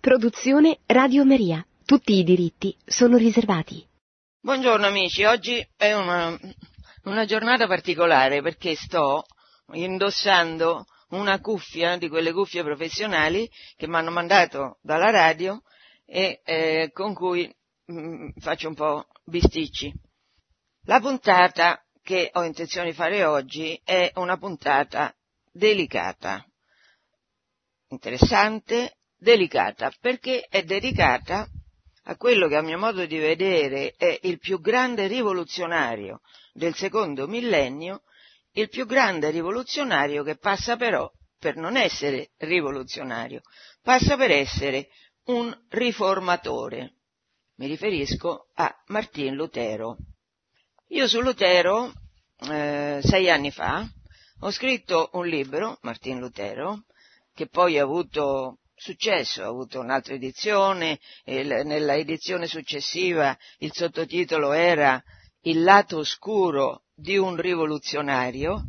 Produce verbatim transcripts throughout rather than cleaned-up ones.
Produzione Radio Maria. Tutti i diritti sono riservati. Buongiorno amici, oggi è una, una giornata particolare perché sto indossando una cuffia di quelle cuffie professionali che mi hanno mandato dalla radio e eh, con cui mh, faccio un po' bisticci. La puntata che ho intenzione di fare oggi è una puntata delicata, interessante, delicata, perché è dedicata a quello che a mio modo di vedere è il più grande rivoluzionario del secondo millennio, il più grande rivoluzionario che passa però per non essere rivoluzionario, passa per essere un riformatore. Mi riferisco a Martin Lutero. Io su Lutero, eh, sei anni fa, ho scritto un libro, Martin Lutero, che poi ha avuto successo, ha avuto un'altra edizione, e nella edizione successiva il sottotitolo era Il lato oscuro di un rivoluzionario,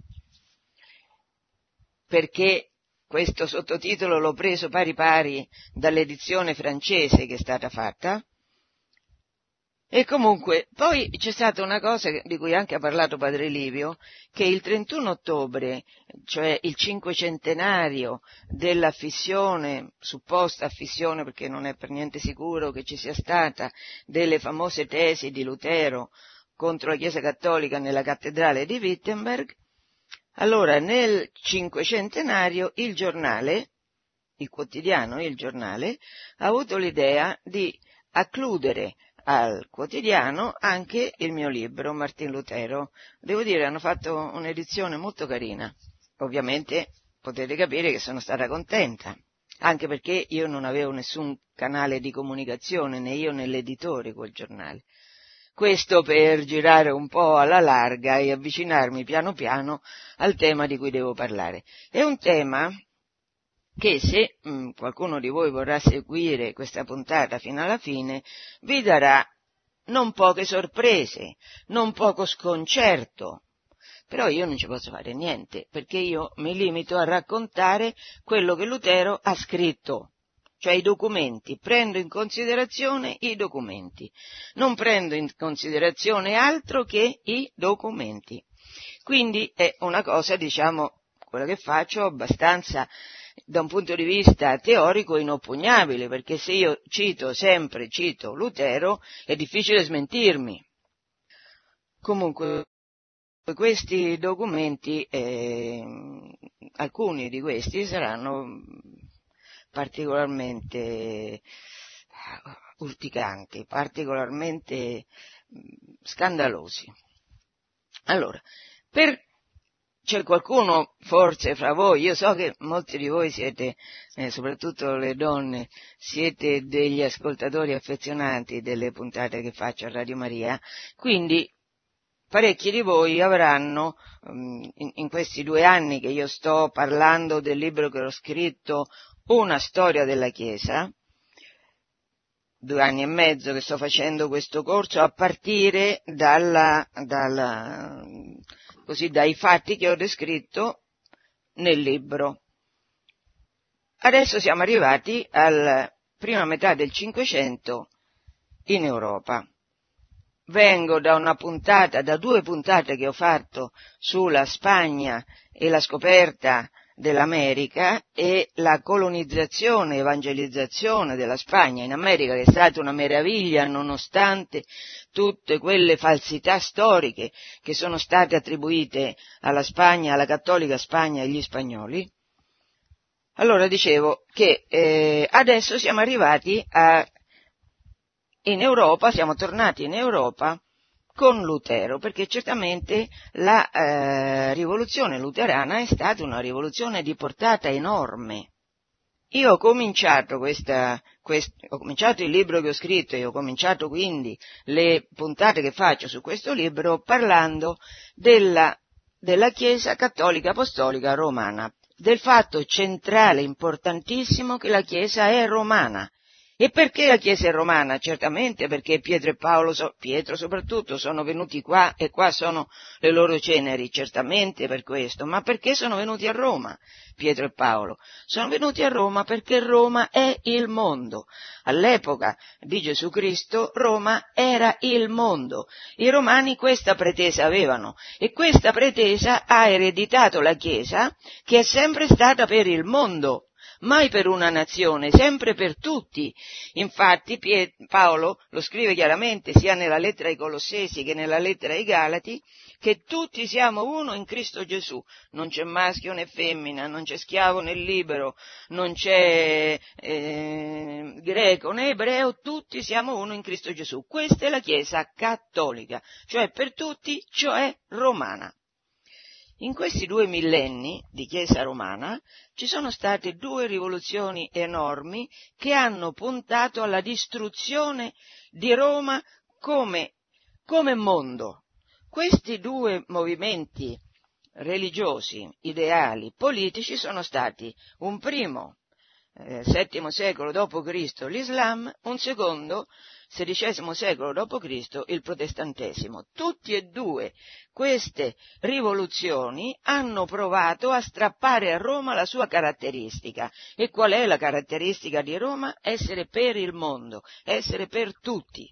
perché questo sottotitolo l'ho preso pari pari dall'edizione francese che è stata fatta. E comunque, poi c'è stata una cosa di cui anche ha parlato Padre Livio, che il trentuno ottobre, cioè il cinquecentenario dell'affissione, supposta affissione perché non è per niente sicuro che ci sia stata, delle famose tesi di Lutero contro la Chiesa Cattolica nella cattedrale di Wittenberg, allora nel cinquecentenario il giornale, il quotidiano, il giornale, ha avuto l'idea di accludere al quotidiano anche il mio libro, Martin Lutero. Devo dire, hanno fatto un'edizione molto carina. Ovviamente potete capire che sono stata contenta, anche perché io non avevo nessun canale di comunicazione, né io né l'editore col giornale. Questo per girare un po' alla larga e avvicinarmi piano piano al tema di cui devo parlare. È un tema che se mh, qualcuno di voi vorrà seguire questa puntata fino alla fine, vi darà non poche sorprese, non poco sconcerto, però io non ci posso fare niente, perché io mi limito a raccontare quello che Lutero ha scritto, cioè i documenti, prendo in considerazione i documenti, non prendo in considerazione altro che i documenti. Quindi è una cosa, diciamo, quella che faccio abbastanza da un punto di vista teorico inoppugnabile, perché se io cito sempre, cito Lutero, è difficile smentirmi. Comunque, questi documenti, eh, alcuni di questi saranno particolarmente urticanti, particolarmente scandalosi. Allora, per c'è qualcuno forse fra voi, io so che molti di voi siete, eh, soprattutto le donne, siete degli ascoltatori affezionati delle puntate che faccio a Radio Maria, quindi parecchi di voi avranno, um, in, in questi due anni che io sto parlando del libro che ho scritto, Una storia della Chiesa, due anni e mezzo che sto facendo questo corso a partire dalla, dalla così dai fatti che ho descritto nel libro. Adesso siamo arrivati alla prima metà del Cinquecento in Europa. Vengo da una puntata, da due puntate che ho fatto sulla Spagna e la scoperta dell'America e la colonizzazione, evangelizzazione della Spagna in America, che è stata una meraviglia nonostante tutte quelle falsità storiche che sono state attribuite alla Spagna, alla cattolica Spagna e agli spagnoli. Allora dicevo che eh, adesso siamo arrivati a, in Europa, siamo tornati in Europa con Lutero, perché certamente la eh, rivoluzione luterana è stata una rivoluzione di portata enorme. Io ho cominciato questa, quest, ho cominciato il libro che ho scritto e ho cominciato quindi le puntate che faccio su questo libro parlando della, della Chiesa Cattolica Apostolica Romana, del fatto centrale, importantissimo, che la Chiesa è romana, E perché la Chiesa è romana? Certamente perché Pietro e Paolo, so, Pietro soprattutto, sono venuti qua e qua sono le loro ceneri, certamente per questo, ma perché sono venuti a Roma, Pietro e Paolo? Sono venuti a Roma perché Roma è il mondo. All'epoca di Gesù Cristo Roma era il mondo. I romani questa pretesa avevano e questa pretesa ha ereditato la Chiesa, che è sempre stata per il mondo. Mai per una nazione, sempre per tutti. Infatti Paolo lo scrive chiaramente sia nella lettera ai Colossesi che nella lettera ai Galati, che tutti siamo uno in Cristo Gesù. Non c'è maschio né femmina, non c'è schiavo né libero, non c'è eh, greco né ebreo, tutti siamo uno in Cristo Gesù. Questa è la Chiesa cattolica, cioè per tutti, cioè romana. In questi due millenni di Chiesa romana ci sono state due rivoluzioni enormi che hanno puntato alla distruzione di Roma come, come mondo. Questi due movimenti religiosi, ideali, politici sono stati un primo, eh, settimo secolo dopo Cristo, l'Islam, un secondo, sedicesimo secolo dopo Cristo, il protestantesimo. Tutti e due queste rivoluzioni hanno provato a strappare a Roma la sua caratteristica. E qual è la caratteristica di Roma? Essere per il mondo, essere per tutti.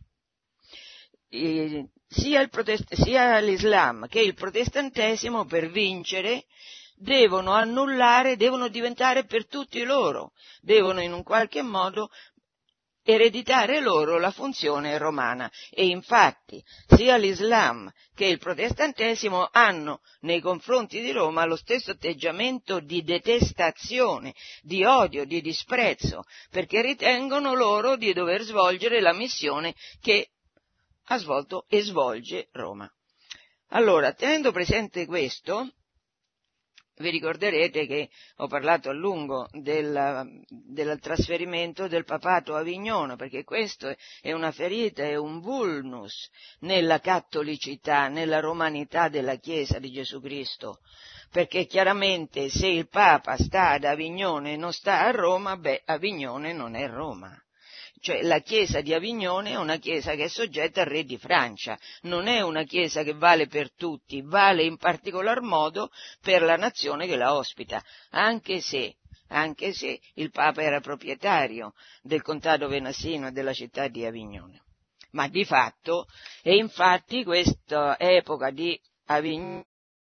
E sia, il protest- sia l'Islam che il protestantesimo, per vincere, devono annullare, devono diventare per tutti loro, devono in un qualche modo ereditare loro la funzione romana. E infatti sia l'Islam che il protestantesimo hanno nei confronti di Roma lo stesso atteggiamento di detestazione, di odio, di disprezzo, perché ritengono loro di dover svolgere la missione che ha svolto e svolge Roma. Allora, tenendo presente questo, vi ricorderete che ho parlato a lungo del, del trasferimento del papato a Avignone, perché questo è una ferita, è un vulnus nella cattolicità, nella romanità della Chiesa di Gesù Cristo, perché chiaramente se il Papa sta ad Avignone e non sta a Roma, beh, Avignone non è Roma. Cioè la Chiesa di Avignone è una Chiesa che è soggetta al re di Francia, non è una Chiesa che vale per tutti, vale in particolar modo per la nazione che la ospita, anche se, anche se il Papa era proprietario del Contado Venassino e della città di Avignone. Ma di fatto, e infatti questa epoca di Avignone,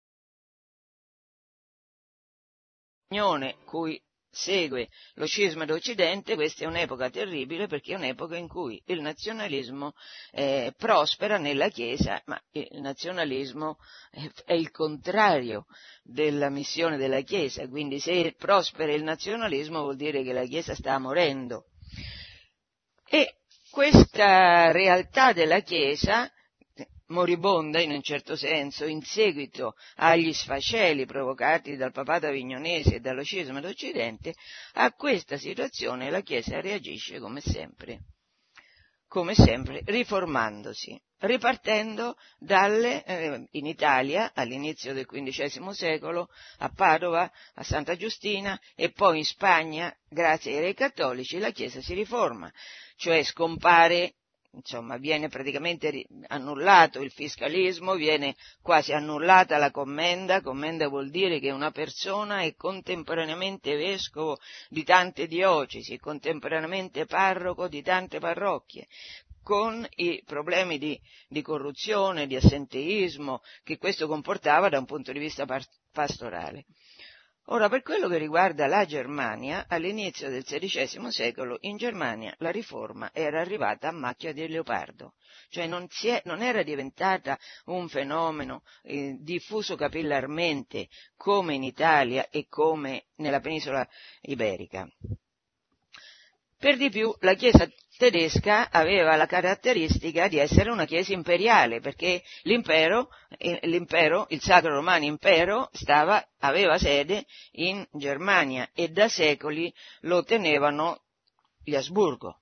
cui segue lo scisma d'Occidente, questa è un'epoca terribile perché è un'epoca in cui il nazionalismo eh, prospera nella Chiesa, ma il nazionalismo è, è il contrario della missione della Chiesa, quindi se prospera il nazionalismo vuol dire che la Chiesa sta morendo. E questa realtà della Chiesa, moribonda in un certo senso, in seguito agli sfaceli provocati dal papato avignonese e dallo scisma d'Occidente, a questa situazione la Chiesa reagisce come sempre, come sempre riformandosi, ripartendo dalle, eh, in Italia all'inizio del quindicesimo secolo, a Padova, a Santa Giustina e poi in Spagna, grazie ai re cattolici, la Chiesa si riforma, cioè scompare. Insomma, viene praticamente annullato il fiscalismo, viene quasi annullata la commenda. Commenda vuol dire che una persona è contemporaneamente vescovo di tante diocesi, contemporaneamente parroco di tante parrocchie, con i problemi di, di corruzione, di assenteismo che questo comportava da un punto di vista pastorale. Ora, per quello che riguarda la Germania, all'inizio del sedicesimo secolo, in Germania la riforma era arrivata a macchia di leopardo, cioè non, si è, non era diventata un fenomeno eh, diffuso capillarmente come in Italia e come nella penisola iberica. Per di più, la Chiesa tedesca aveva la caratteristica di essere una Chiesa imperiale, perché l'impero, l'impero il Sacro Romano Impero, stava, aveva sede in Germania e da secoli lo tenevano gli Asburgo.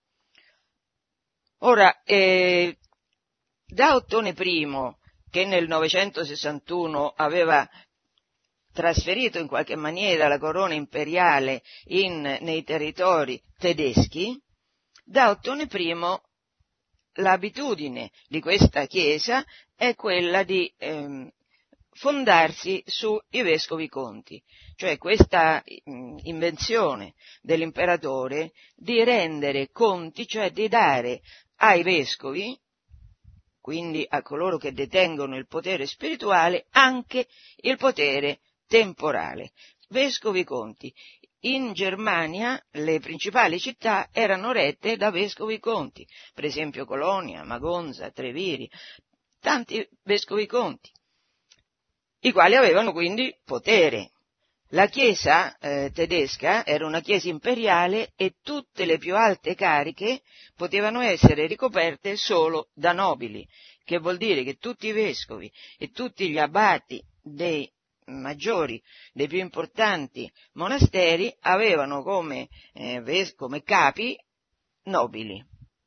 Ora, eh, da Ottone I, che nel novecentosessantuno aveva trasferito in qualche maniera la corona imperiale in, nei territori tedeschi, Da Ottone I l'abitudine di questa Chiesa è quella di ehm, fondarsi sui vescovi conti, cioè questa mh, invenzione dell'imperatore di rendere conti, cioè di dare ai vescovi, quindi a coloro che detengono il potere spirituale, anche il potere temporale. Vescovi conti. In Germania le principali città erano rette da vescovi conti, per esempio Colonia, Magonza, Treviri, tanti vescovi conti, i quali avevano quindi potere. La Chiesa eh, tedesca era una Chiesa imperiale e tutte le più alte cariche potevano essere ricoperte solo da nobili, che vuol dire che tutti i vescovi e tutti gli abati dei maggiori, dei più importanti monasteri avevano come, eh, ves- come capi nobili.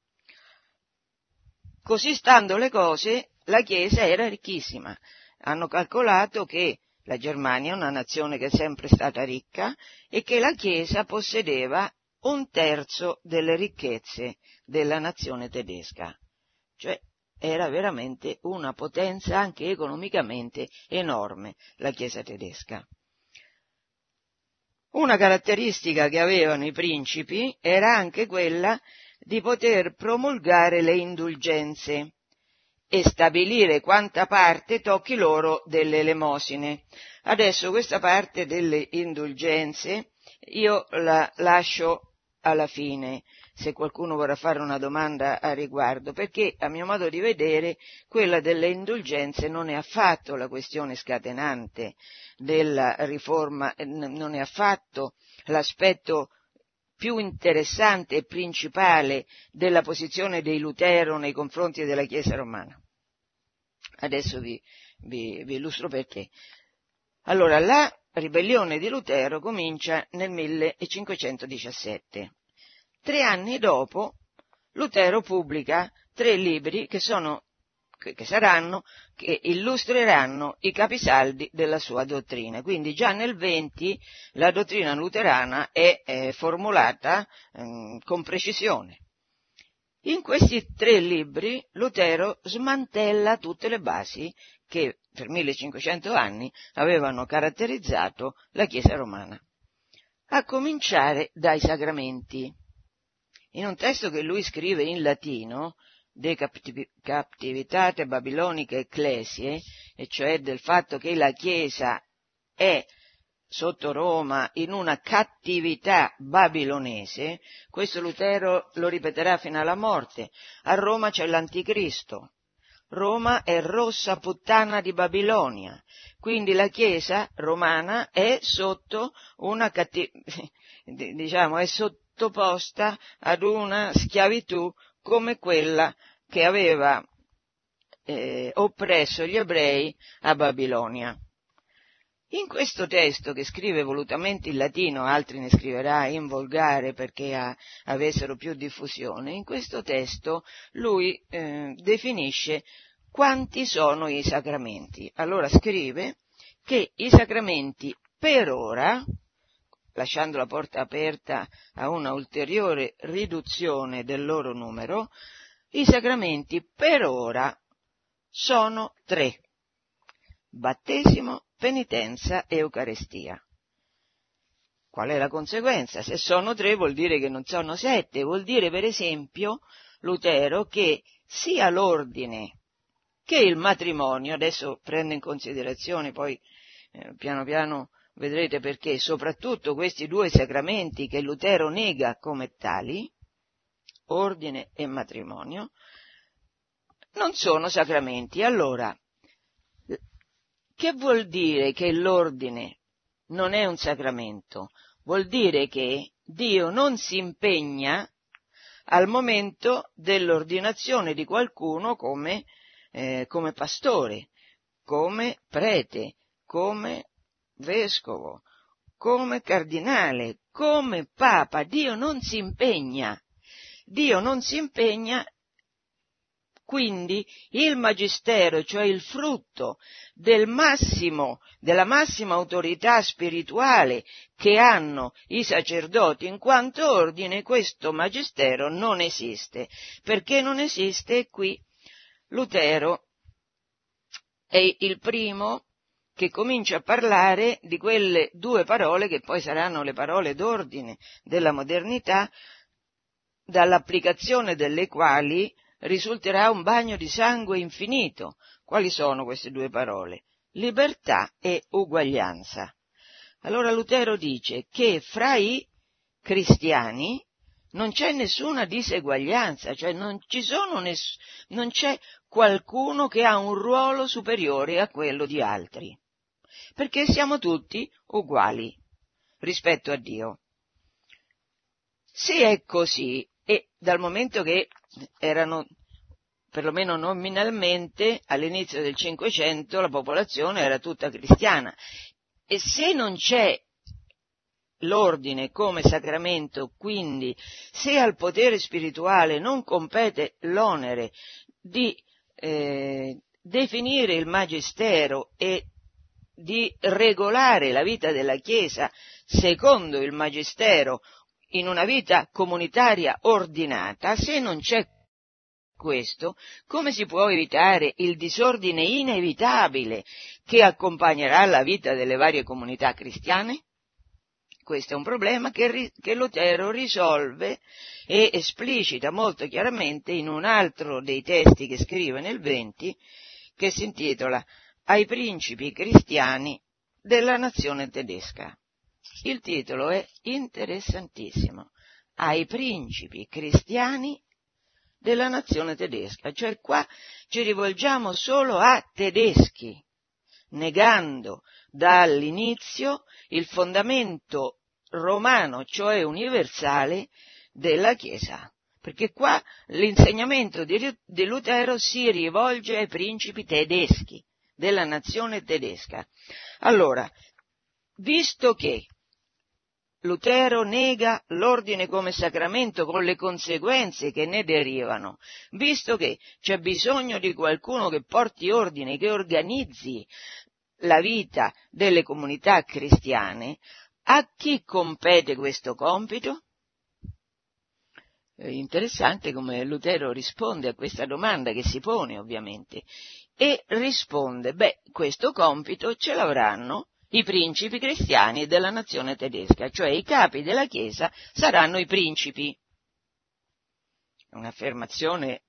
Così stando le cose, la Chiesa era ricchissima. Hanno calcolato che la Germania è una nazione che è sempre stata ricca e che la Chiesa possedeva un terzo delle ricchezze della nazione tedesca, cioè era veramente una potenza anche economicamente enorme la Chiesa tedesca. Una caratteristica che avevano i principi era anche quella di poter promulgare le indulgenze e stabilire quanta parte tocchi loro delle elemosine. Adesso questa parte delle indulgenze io la lascio alla fine, se qualcuno vorrà fare una domanda a riguardo, perché a mio modo di vedere quella delle indulgenze non è affatto la questione scatenante della riforma, non è affatto l'aspetto più interessante e principale della posizione dei Lutero nei confronti della Chiesa romana. Adesso vi, vi, vi illustro perché. Allora, la ribellione di Lutero comincia nel millecinquecentodiciassette. Tre anni dopo, Lutero pubblica tre libri che sono, che, che saranno, che illustreranno i capisaldi della sua dottrina. Quindi già nel venti la dottrina luterana è eh, formulata eh, con precisione. In questi tre libri Lutero smantella tutte le basi che per millecinquecento anni avevano caratterizzato la Chiesa romana, a cominciare dai sacramenti. In un testo che lui scrive in latino, De Captivitate Babiloniche Ecclesiae, e cioè del fatto che la Chiesa è sotto Roma in una cattività babilonese, questo Lutero lo ripeterà fino alla morte. A Roma c'è l'Anticristo, Roma è rossa puttana di Babilonia, quindi la Chiesa romana è sotto una cattività, diciamo, è sottoposta ad una schiavitù come quella che aveva eh, oppresso gli ebrei a Babilonia. In questo testo, che scrive volutamente in latino, altri ne scriverà in volgare perché ha, avessero più diffusione, in questo testo lui eh, definisce quanti sono i sacramenti. Allora scrive che i sacramenti per ora, lasciando la porta aperta a una ulteriore riduzione del loro numero, i sacramenti per ora sono tre: battesimo, penitenza e Eucaristia. Qual è la conseguenza? Se sono tre vuol dire che non sono sette, vuol dire per esempio Lutero che sia l'ordine che il matrimonio, adesso prendo in considerazione, poi eh, piano piano vedrete perché, soprattutto questi due sacramenti che Lutero nega come tali, ordine e matrimonio, non sono sacramenti. Allora, che vuol dire che l'ordine non è un sacramento? Vuol dire che Dio non si impegna al momento dell'ordinazione di qualcuno come, eh, come pastore, come prete, come vescovo, come cardinale, come papa. Dio non si impegna. Dio non si impegna quindi il magistero, cioè il frutto del massimo, della massima autorità spirituale che hanno i sacerdoti in quanto ordine, questo magistero non esiste. Perché non esiste? Qui Lutero è il primo che comincia a parlare di quelle due parole che poi saranno le parole d'ordine della modernità, dall'applicazione delle quali risulterà un bagno di sangue infinito. Quali sono queste due parole? Libertà e uguaglianza. Allora Lutero dice che fra i cristiani non c'è nessuna diseguaglianza, cioè non ci sono ness- non c'è qualcuno che ha un ruolo superiore a quello di altri, perché siamo tutti uguali rispetto a Dio. Se è così, e dal momento che erano, perlomeno nominalmente, all'inizio del Cinquecento la popolazione era tutta cristiana, e se non c'è l'ordine come sacramento, quindi se al potere spirituale non compete l'onere di eh, definire il magistero e di regolare la vita della Chiesa secondo il magistero in una vita comunitaria ordinata, se non c'è questo, come si può evitare il disordine inevitabile che accompagnerà la vita delle varie comunità cristiane? Questo è un problema che, che Lutero risolve e esplicita molto chiaramente in un altro dei testi che scrive nel venti, che si intitola Ai principi cristiani della nazione tedesca. Il titolo è interessantissimo, Ai principi cristiani della nazione tedesca, cioè qua ci rivolgiamo solo a tedeschi, negando dall'inizio il fondamento romano, cioè universale, della Chiesa, perché qua l'insegnamento di, di Lutero si rivolge ai principi tedeschi, della nazione tedesca. Allora, visto che Lutero nega l'ordine come sacramento con le conseguenze che ne derivano, visto che c'è bisogno di qualcuno che porti ordine, che organizzi la vita delle comunità cristiane, a chi compete questo compito? È interessante come Lutero risponde a questa domanda che si pone ovviamente, e risponde, beh, questo compito ce l'avranno i principi cristiani della nazione tedesca, cioè i capi della Chiesa saranno i principi. È un'affermazione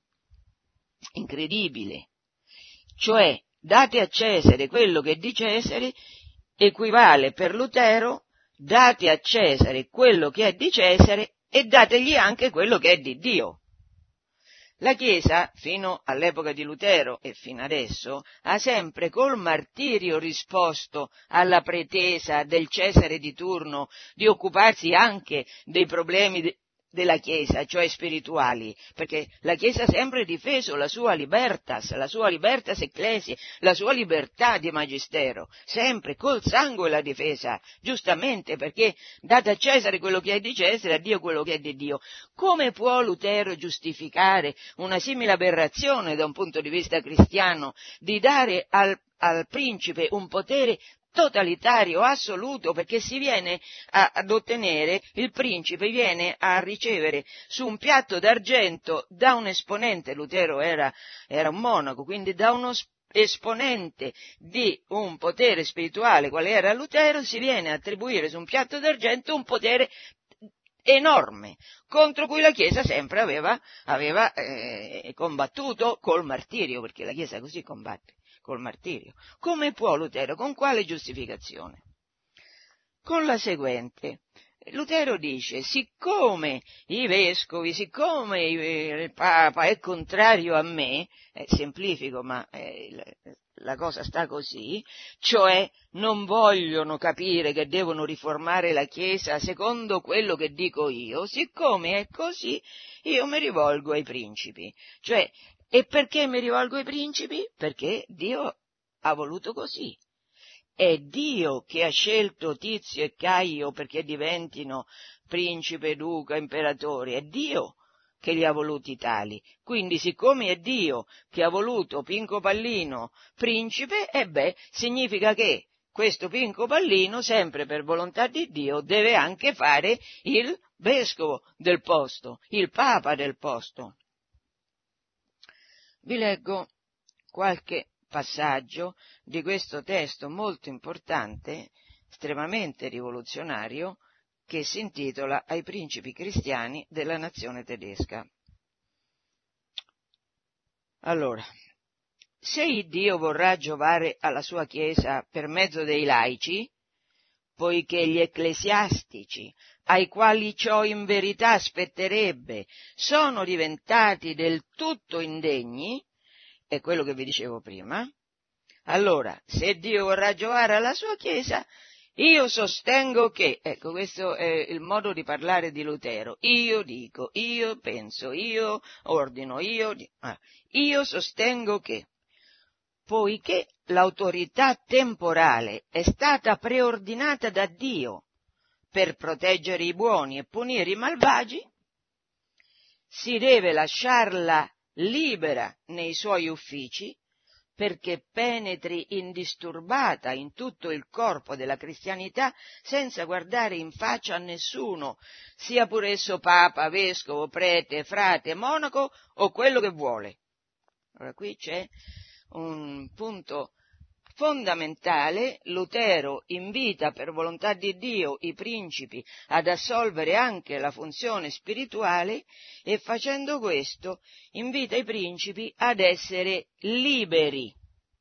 incredibile, cioè date a Cesare quello che è di Cesare equivale per Lutero date a Cesare quello che è di Cesare e dategli anche quello che è di Dio. La Chiesa, fino all'epoca di Lutero e fino adesso, ha sempre col martirio risposto alla pretesa del Cesare di turno di occuparsi anche dei problemi de- della Chiesa, cioè spirituali, perché la Chiesa ha sempre difeso la sua libertas, la sua libertas ecclesiae, la sua libertà di magistero, sempre col sangue l'ha difesa, giustamente, perché date a Cesare quello che è di Cesare, a Dio quello che è di Dio. Come può Lutero giustificare una simile aberrazione da un punto di vista cristiano di dare al, al principe un potere totalitario, assoluto, perché si viene a, ad ottenere, il principe viene a ricevere su un piatto d'argento da un esponente, Lutero era, era un monaco, quindi da uno esponente di un potere spirituale quale era Lutero, si viene a attribuire su un piatto d'argento un potere enorme, contro cui la Chiesa sempre aveva, aveva eh, combattuto col martirio, perché la Chiesa così combatte, col martirio. Come può Lutero? Con quale giustificazione? Con la seguente. Lutero dice, siccome i vescovi, siccome il Papa è contrario a me, eh, semplifico ma eh, la cosa sta così, cioè non vogliono capire che devono riformare la Chiesa secondo quello che dico io, siccome è così io mi rivolgo ai principi, cioè, e perché mi rivolgo ai principi? Perché Dio ha voluto così. È Dio che ha scelto Tizio e Caio perché diventino principe, duca, imperatori, è Dio che li ha voluti tali. Quindi, siccome è Dio che ha voluto Pinco Pallino principe, e beh, significa che questo Pinco Pallino, sempre per volontà di Dio, deve anche fare il vescovo del posto, il papa del posto. Vi leggo qualche passaggio di questo testo molto importante, estremamente rivoluzionario, che si intitola Ai principi cristiani della nazione tedesca. Allora, se il Dio vorrà giovare alla sua Chiesa per mezzo dei laici, poiché gli ecclesiastici, ai quali ciò in verità spetterebbe, sono diventati del tutto indegni, è quello che vi dicevo prima, allora, se Dio vorrà giovare alla sua Chiesa, io sostengo che, ecco, questo è il modo di parlare di Lutero, io dico, io penso, io ordino, io, ah, io sostengo che, poiché l'autorità temporale è stata preordinata da Dio per proteggere i buoni e punire i malvagi, si deve lasciarla libera nei suoi uffici perché penetri indisturbata in tutto il corpo della cristianità senza guardare in faccia a nessuno, sia pur esso papa, vescovo, prete, frate, monaco o quello che vuole. Allora qui c'è un punto fondamentale. Lutero invita per volontà di Dio i principi ad assolvere anche la funzione spirituale e facendo questo invita i principi ad essere liberi,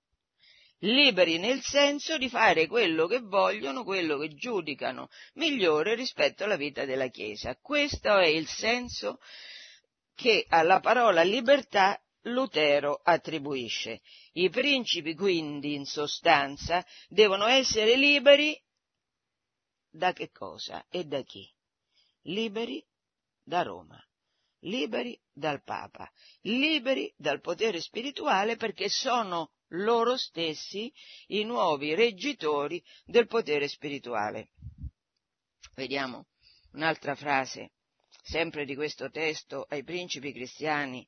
liberi nel senso di fare quello che vogliono, quello che giudicano migliore rispetto alla vita della Chiesa. Questo è il senso che alla parola libertà Lutero attribuisce. I principi quindi, in sostanza, devono essere liberi da che cosa e da chi? Liberi da Roma, liberi dal Papa, liberi dal potere spirituale perché sono loro stessi i nuovi reggitori del potere spirituale. Vediamo un'altra frase, sempre di questo testo, ai principi cristiani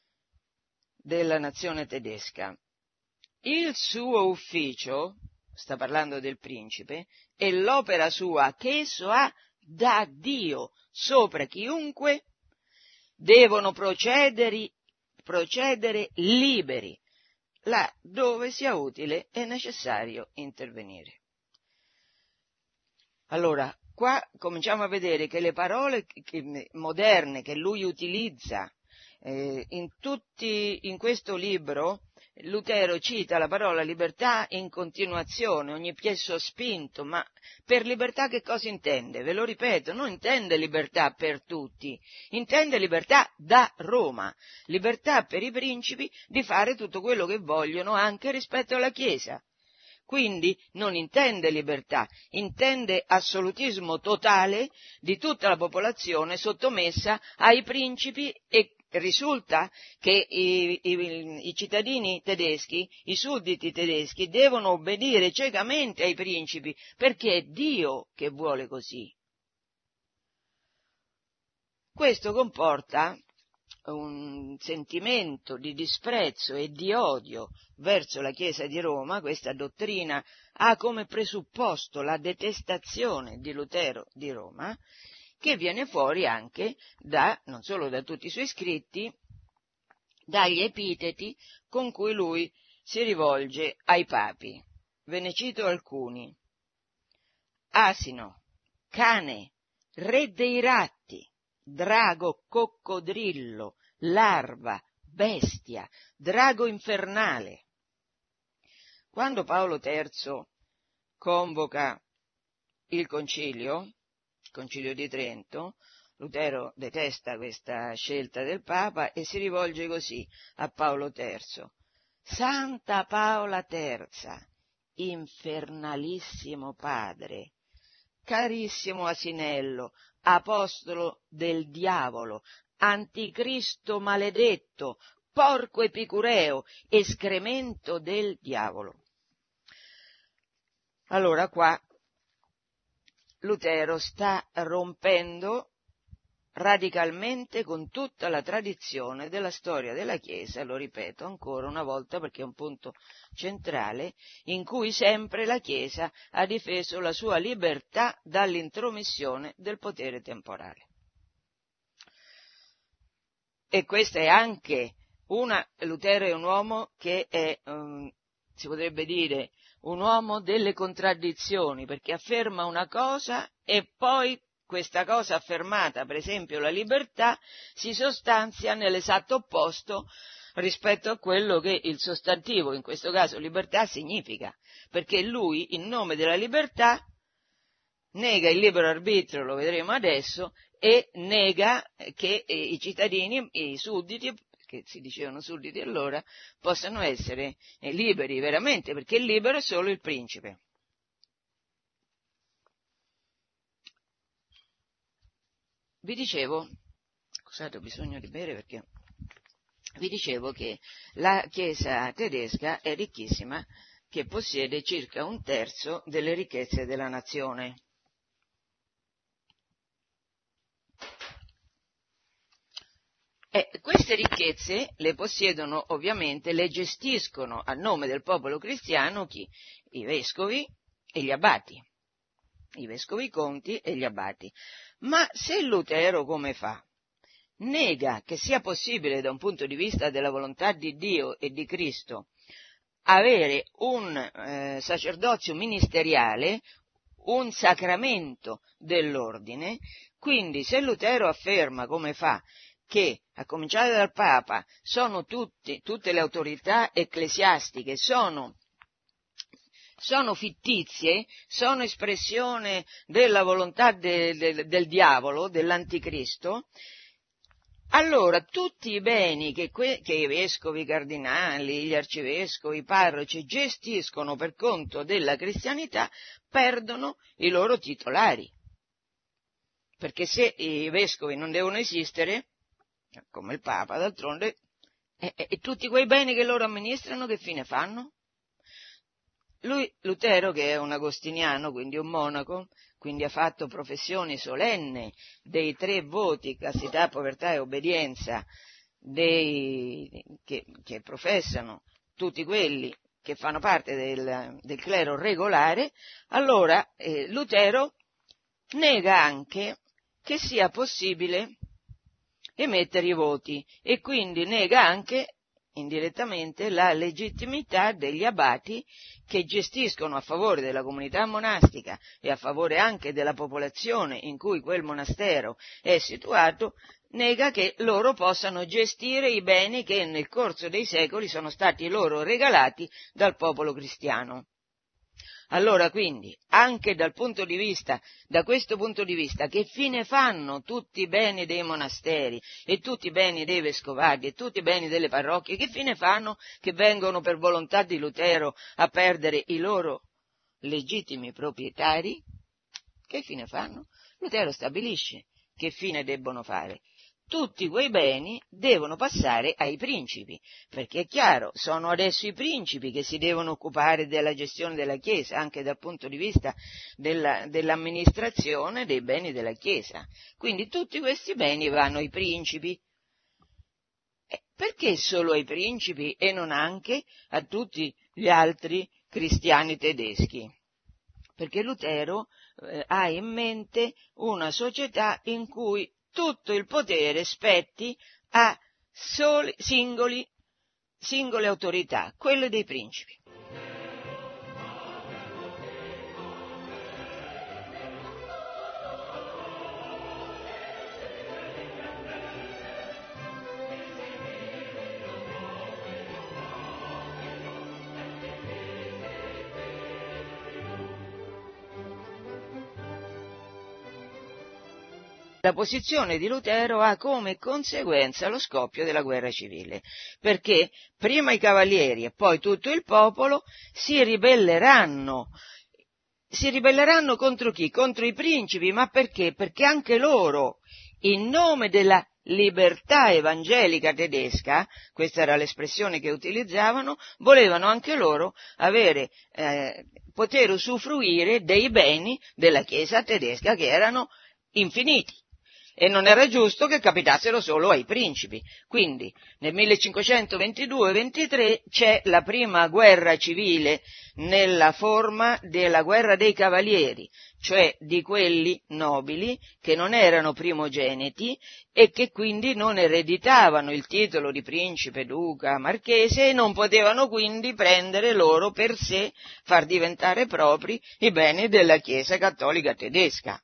della nazione tedesca. Il suo ufficio, sta parlando del principe, e l'opera sua che esso ha da Dio sopra chiunque, devono procedere, procedere liberi, là dove sia utile e necessario intervenire. Allora, qua cominciamo a vedere che le parole che, moderne che lui utilizza eh, in tutti, in questo libro, Lutero cita la parola libertà in continuazione, ogni piè sospinto, ma per libertà che cosa intende? Ve lo ripeto, non intende libertà per tutti, intende libertà da Roma, libertà per i principi di fare tutto quello che vogliono anche rispetto alla Chiesa. Quindi non intende libertà, intende assolutismo totale di tutta la popolazione sottomessa ai principi e risulta che i, i, i cittadini tedeschi, i sudditi tedeschi, devono obbedire ciecamente ai principi perché è Dio che vuole così. Questo comporta un sentimento di disprezzo e di odio verso la Chiesa di Roma. Questa dottrina ha come presupposto la detestazione di Lutero di Roma, che viene fuori anche da, non solo da tutti i suoi scritti, dagli epiteti con cui lui si rivolge ai papi. Ve ne cito alcuni. Asino, cane, re dei ratti, drago, coccodrillo, larva, bestia, drago infernale. Quando Paolo terzo convoca il concilio, il concilio di Trento, Lutero detesta questa scelta del Papa e si rivolge così a Paolo terzo. Santa Paola terza, infernalissimo padre, carissimo Asinello, apostolo del diavolo, anticristo maledetto, porco epicureo, escremento del diavolo. Allora qua Lutero sta rompendo radicalmente con tutta la tradizione della storia della Chiesa, lo ripeto ancora una volta perché è un punto centrale, in cui sempre la Chiesa ha difeso la sua libertà dall'intromissione del potere temporale. E questo è anche una, Lutero è un uomo che è, um, si potrebbe dire, un uomo delle contraddizioni, perché afferma una cosa e poi questa cosa affermata, per esempio la libertà, si sostanzia nell'esatto opposto rispetto a quello che il sostantivo, in questo caso libertà, significa, perché lui, in nome della libertà, nega il libero arbitrio, lo vedremo adesso, e nega che i cittadini, i sudditi, che si dicevano sudditi allora, possano essere liberi veramente, perché il libero è solo il principe. Vi dicevo, scusate, ho bisogno di bere perché vi dicevo che la Chiesa tedesca è ricchissima, che possiede circa un terzo delle ricchezze della nazione. E queste ricchezze le possiedono ovviamente, le gestiscono a nome del popolo cristiano chi? I vescovi e gli abati, i vescovi conti e gli abati. Ma se Lutero come fa? Nega che sia possibile da un punto di vista della volontà di Dio e di Cristo avere un eh, sacerdozio ministeriale, un sacramento dell'ordine, quindi se Lutero afferma come fa che, a cominciare dal Papa, sono tutti, tutte le autorità ecclesiastiche, sono sono fittizie, sono espressione della volontà de, de, del diavolo, dell'anticristo, allora tutti i beni che, que, che i vescovi, i cardinali, gli arcivescovi, i parroci gestiscono per conto della cristianità perdono i loro titolari. Perché se i vescovi non devono esistere, come il Papa d'altronde, e, e, e tutti quei beni che loro amministrano che fine fanno? Lui, Lutero, che è un agostiniano, quindi un monaco, quindi ha fatto professione solenne dei tre voti, castità, povertà e obbedienza, dei, che, che professano tutti quelli che fanno parte del, del clero regolare, allora eh, Lutero nega anche che sia possibile emettere i voti e quindi nega anche indirettamente la legittimità degli abati che gestiscono a favore della comunità monastica e a favore anche della popolazione in cui quel monastero è situato, nega che loro possano gestire i beni che nel corso dei secoli sono stati loro regalati dal popolo cristiano. Allora quindi, anche dal punto di vista, da questo punto di vista, che fine fanno tutti i beni dei monasteri e tutti i beni dei vescovadi e tutti i beni delle parrocchie? Che fine fanno che vengono per volontà di Lutero a perdere i loro legittimi proprietari? Che fine fanno? Lutero stabilisce che fine debbono fare. Tutti quei beni devono passare ai principi, perché è chiaro, sono adesso i principi che si devono occupare della gestione della Chiesa, anche dal punto di vista della, dell'amministrazione dei beni della Chiesa. Quindi tutti questi beni vanno ai principi. Eh, perché solo ai principi e non anche a tutti gli altri cristiani tedeschi? Perché Lutero eh, ha in mente una società in cui tutto il potere spetti a soli, singoli, singole autorità, quelle dei principi. La posizione di Lutero ha come conseguenza lo scoppio della guerra civile, perché prima i cavalieri e poi tutto il popolo si ribelleranno. Si ribelleranno contro chi? Contro i principi, ma perché? Perché anche loro, in nome della libertà evangelica tedesca, questa era l'espressione che utilizzavano, volevano anche loro avere, eh, poter usufruire dei beni della Chiesa tedesca che erano infiniti. e non era giusto che capitassero solo ai principi. Quindi nel millecinquecentoventidue ventitré c'è la prima guerra civile nella forma della guerra dei cavalieri, cioè di quelli nobili che non erano primogeniti e che quindi non ereditavano il titolo di principe, duca, marchese e non potevano quindi prendere loro per sé, far diventare propri i beni della Chiesa cattolica tedesca.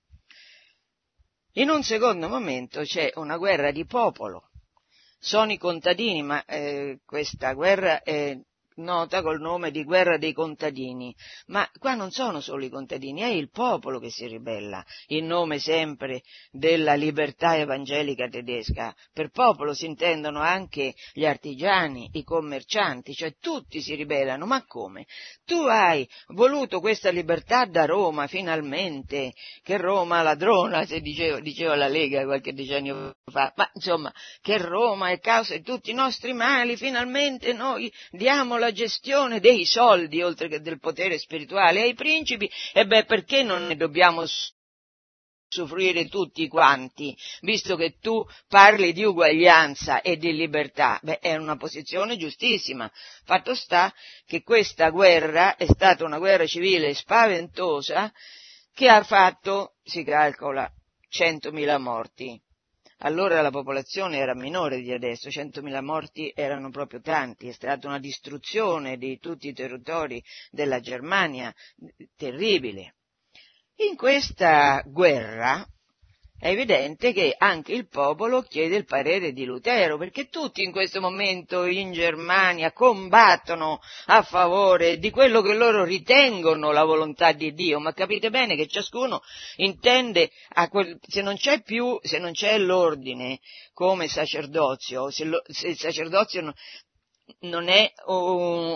In un secondo momento c'è una guerra di popolo, sono i contadini, ma eh, questa guerra è nota col nome di guerra dei contadini, ma qua non sono solo i contadini, è il popolo che si ribella, in nome sempre della libertà evangelica tedesca. Per popolo si intendono anche gli artigiani, i commercianti, cioè tutti si ribellano. Ma come? Tu hai voluto questa libertà da Roma, finalmente, che Roma ladrona, se diceva, diceva la Lega qualche decennio fa, ma insomma, che Roma è causa di tutti i nostri mali, finalmente noi diamo la gestione dei soldi, oltre che del potere spirituale, ai principi, e beh, perché non ne dobbiamo usufruire tutti quanti, visto che tu parli di uguaglianza e di libertà? Beh, è una posizione giustissima. Fatto sta che questa guerra è stata una guerra civile spaventosa che ha fatto, si calcola, centomila morti. Allora la popolazione era minore di adesso, centomila morti erano proprio tanti, è stata una distruzione di tutti i territori della Germania terribile. In questa guerra è evidente che anche il popolo chiede il parere di Lutero, perché tutti in questo momento in Germania combattono a favore di quello che loro ritengono la volontà di Dio, ma capite bene che ciascuno intende, a quel, se non c'è più, se non c'è l'ordine come sacerdozio, se, lo, se il sacerdozio non, non è un,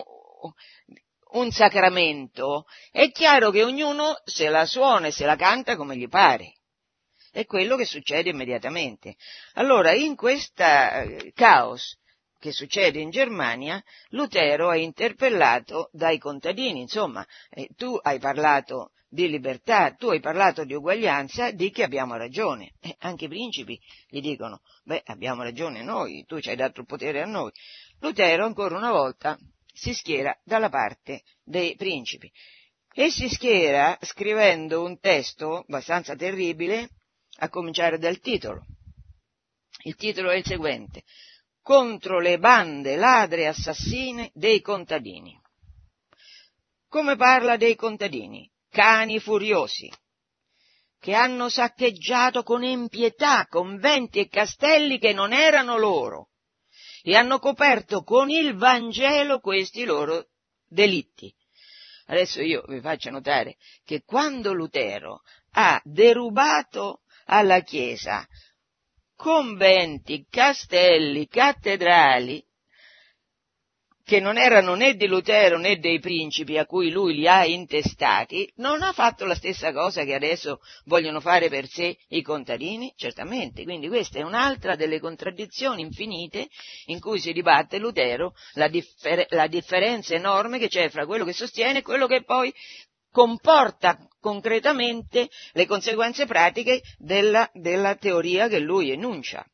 un sacramento, è chiaro che ognuno se la suona e se la canta come gli pare. È quello che succede immediatamente. Allora, in questa caos che succede in Germania, Lutero è interpellato dai contadini, insomma, eh, tu hai parlato di libertà, tu hai parlato di uguaglianza, di che abbiamo ragione. Eh, anche i principi gli dicono, beh, abbiamo ragione noi, tu ci hai dato il potere a noi. Lutero, ancora una volta, si schiera dalla parte dei principi e si schiera scrivendo un testo abbastanza terribile, a cominciare dal titolo. Il titolo è il seguente: contro le bande ladre e assassine dei contadini. Come parla dei contadini? Cani furiosi, che hanno saccheggiato con impietà conventi e castelli che non erano loro e hanno coperto con il Vangelo questi loro delitti. Adesso io vi faccio notare che quando Lutero ha derubato alla Chiesa conventi, castelli, cattedrali che non erano né di Lutero né dei principi a cui lui li ha intestati, non ha fatto la stessa cosa che adesso vogliono fare per sé i contadini? Certamente, quindi questa è un'altra delle contraddizioni infinite in cui si dibatte Lutero, la, differ- la differenza enorme che c'è fra quello che sostiene e quello che poi comporta concretamente le conseguenze pratiche della, della teoria che lui enuncia.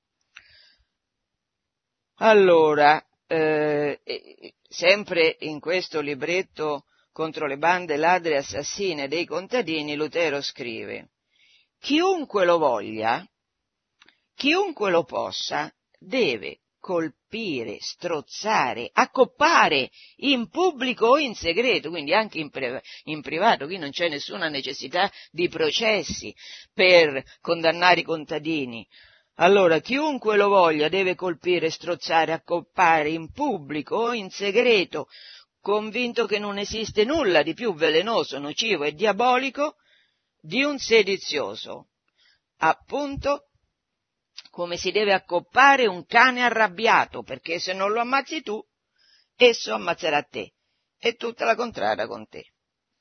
Allora, eh, sempre in questo libretto contro le bande ladre e assassine dei contadini, Lutero scrive: chiunque lo voglia, chiunque lo possa, deve colpire, strozzare, accoppare in pubblico o in segreto, quindi anche in, pre- in privato, qui non c'è nessuna necessità di processi per condannare i contadini. Allora, chiunque lo voglia deve colpire, strozzare, accoppare in pubblico o in segreto, convinto che non esiste nulla di più velenoso, nocivo e diabolico di un sedizioso, appunto come si deve accoppare un cane arrabbiato, perché se non lo ammazzi tu, esso ammazzerà te, e tutta la contrada con te.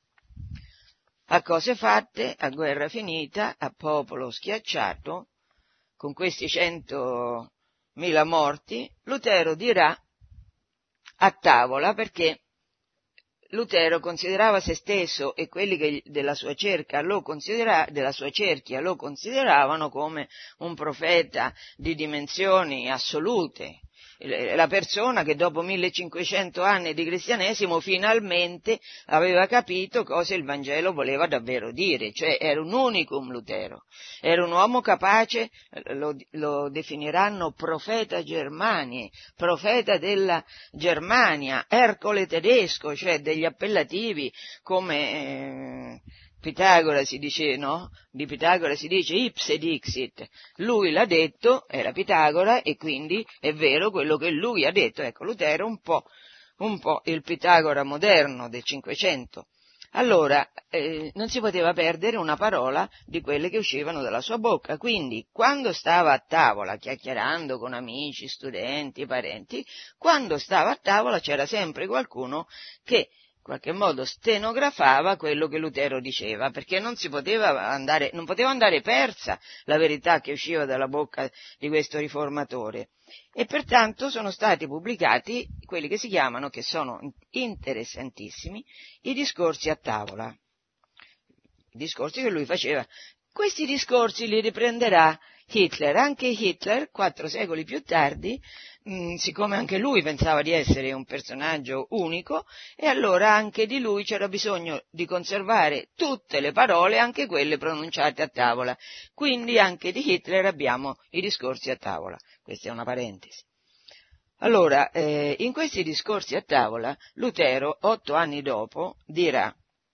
A cose fatte, a guerra finita, a popolo schiacciato, con questi centomila morti, Lutero dirà a tavola, perché Lutero considerava se stesso e quelli che della sua cerchia lo, considera, della sua cerchia lo consideravano come un profeta di dimensioni assolute, la persona che dopo millecinquecento anni di cristianesimo finalmente aveva capito cosa il Vangelo voleva davvero dire, cioè era un unicum Lutero, era un uomo capace, lo, lo definiranno profeta Germanie, profeta della Germania, Ercole tedesco, cioè degli appellativi come eh, Pitagora si dice, no? Di Pitagora si dice ipse dixit, lui l'ha detto, era Pitagora, e quindi è vero quello che lui ha detto. Ecco, Lutero un po', un po' il Pitagora moderno del Cinquecento. Allora, eh, non si poteva perdere una parola di quelle che uscivano dalla sua bocca, quindi quando stava a tavola, chiacchierando con amici, studenti, parenti, quando stava a tavola c'era sempre qualcuno che in qualche modo stenografava quello che Lutero diceva, perché non si poteva andare, non poteva andare persa la verità che usciva dalla bocca di questo riformatore. E pertanto sono stati pubblicati quelli che si chiamano, che sono interessantissimi, i discorsi a tavola. I discorsi che lui faceva. Questi discorsi li riprenderà Hitler. Anche Hitler, quattro secoli più tardi, mh, siccome anche lui pensava di essere un personaggio unico, e allora anche di lui c'era bisogno di conservare tutte le parole, anche quelle pronunciate a tavola. Quindi anche di Hitler abbiamo i discorsi a tavola. Questa è una parentesi. Allora, eh, in questi discorsi a tavola, Lutero, otto anni dopo, dirà: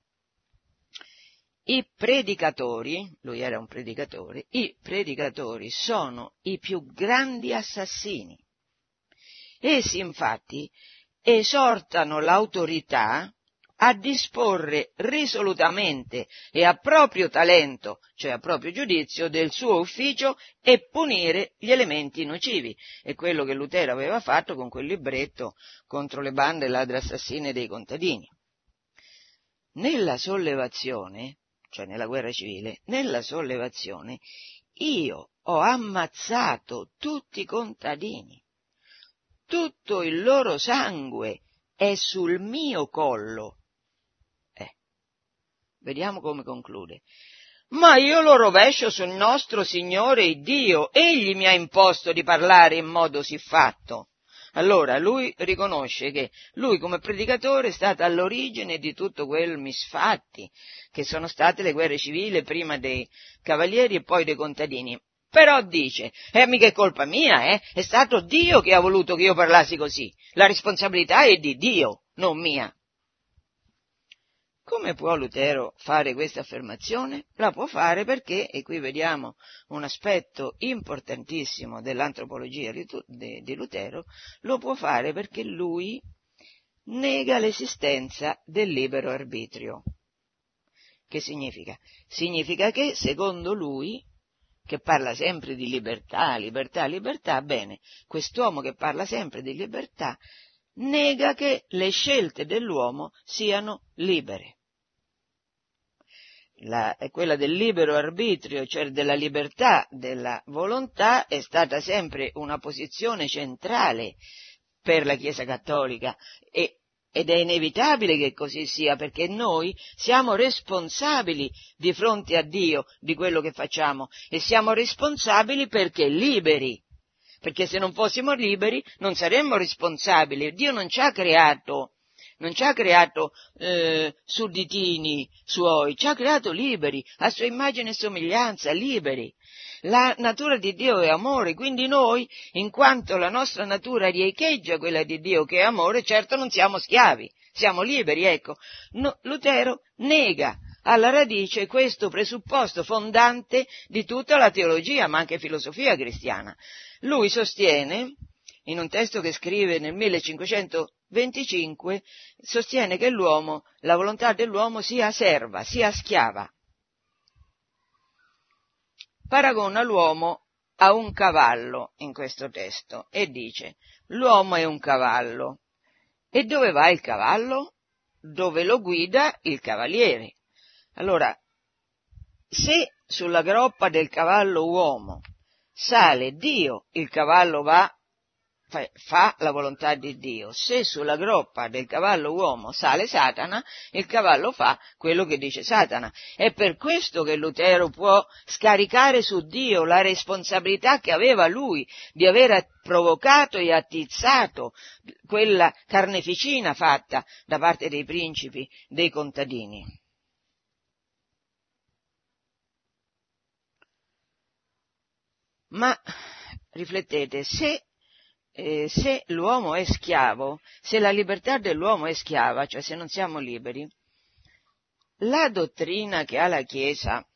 i predicatori, lui era un predicatore, i predicatori sono i più grandi assassini. Essi infatti esortano l'autorità a disporre risolutamente e a proprio talento, cioè a proprio giudizio, del suo ufficio e punire gli elementi nocivi. È quello che Lutero aveva fatto con quel libretto contro le bande ladre assassine dei contadini. Nella sollevazione, cioè nella guerra civile, nella sollevazione, io ho ammazzato tutti i contadini. Tutto il loro sangue è sul mio collo. Eh, vediamo come conclude. Ma io lo rovescio sul nostro Signore Dio, egli mi ha imposto di parlare in modo siffatto. Allora lui riconosce che lui come predicatore è stato all'origine di tutto quel misfatti che sono state le guerre civili, prima dei cavalieri e poi dei contadini. Però dice, è mica colpa mia, eh? È stato Dio che ha voluto che io parlassi così. La responsabilità è di Dio, non mia. Come può Lutero fare questa affermazione? La può fare perché, e qui vediamo un aspetto importantissimo dell'antropologia di Lutero, lo può fare perché lui nega l'esistenza del libero arbitrio. Che significa? Significa che, secondo lui, che parla sempre di libertà, libertà, libertà, bene, quest'uomo che parla sempre di libertà nega che le scelte dell'uomo siano libere. La, quella del libero arbitrio, cioè della libertà della volontà, è stata sempre una posizione centrale per la Chiesa Cattolica e, ed è inevitabile che così sia, perché noi siamo responsabili di fronte a Dio di quello che facciamo e siamo responsabili perché liberi. Perché se non fossimo liberi non saremmo responsabili. Dio non ci ha creato, non ci ha creato eh, sudditini suoi, ci ha creato liberi, a sua immagine e somiglianza, liberi. La natura di Dio è amore, quindi noi, in quanto la nostra natura riecheggia quella di Dio che è amore, certo non siamo schiavi, siamo liberi, ecco. No, Lutero nega alla radice questo presupposto fondante di tutta la teologia, ma anche filosofia cristiana. Lui sostiene, in un testo che scrive nel millecinquecentoventicinque, sostiene che l'uomo, la volontà dell'uomo sia serva, sia schiava. Paragona l'uomo a un cavallo in questo testo e dice: l'uomo è un cavallo. E dove va il cavallo? Dove lo guida il cavaliere. Allora, se sulla groppa del cavallo uomo sale Dio, il cavallo va fa, fa la volontà di Dio. Se sulla groppa del cavallo uomo sale Satana, il cavallo fa quello che dice Satana. È per questo che Lutero può scaricare su Dio la responsabilità che aveva lui di aver provocato e attizzato quella carneficina fatta da parte dei principi, dei contadini. Ma riflettete, se, eh, se l'uomo è schiavo, se la libertà dell'uomo è schiava, cioè se non siamo liberi, la dottrina che ha la Chiesa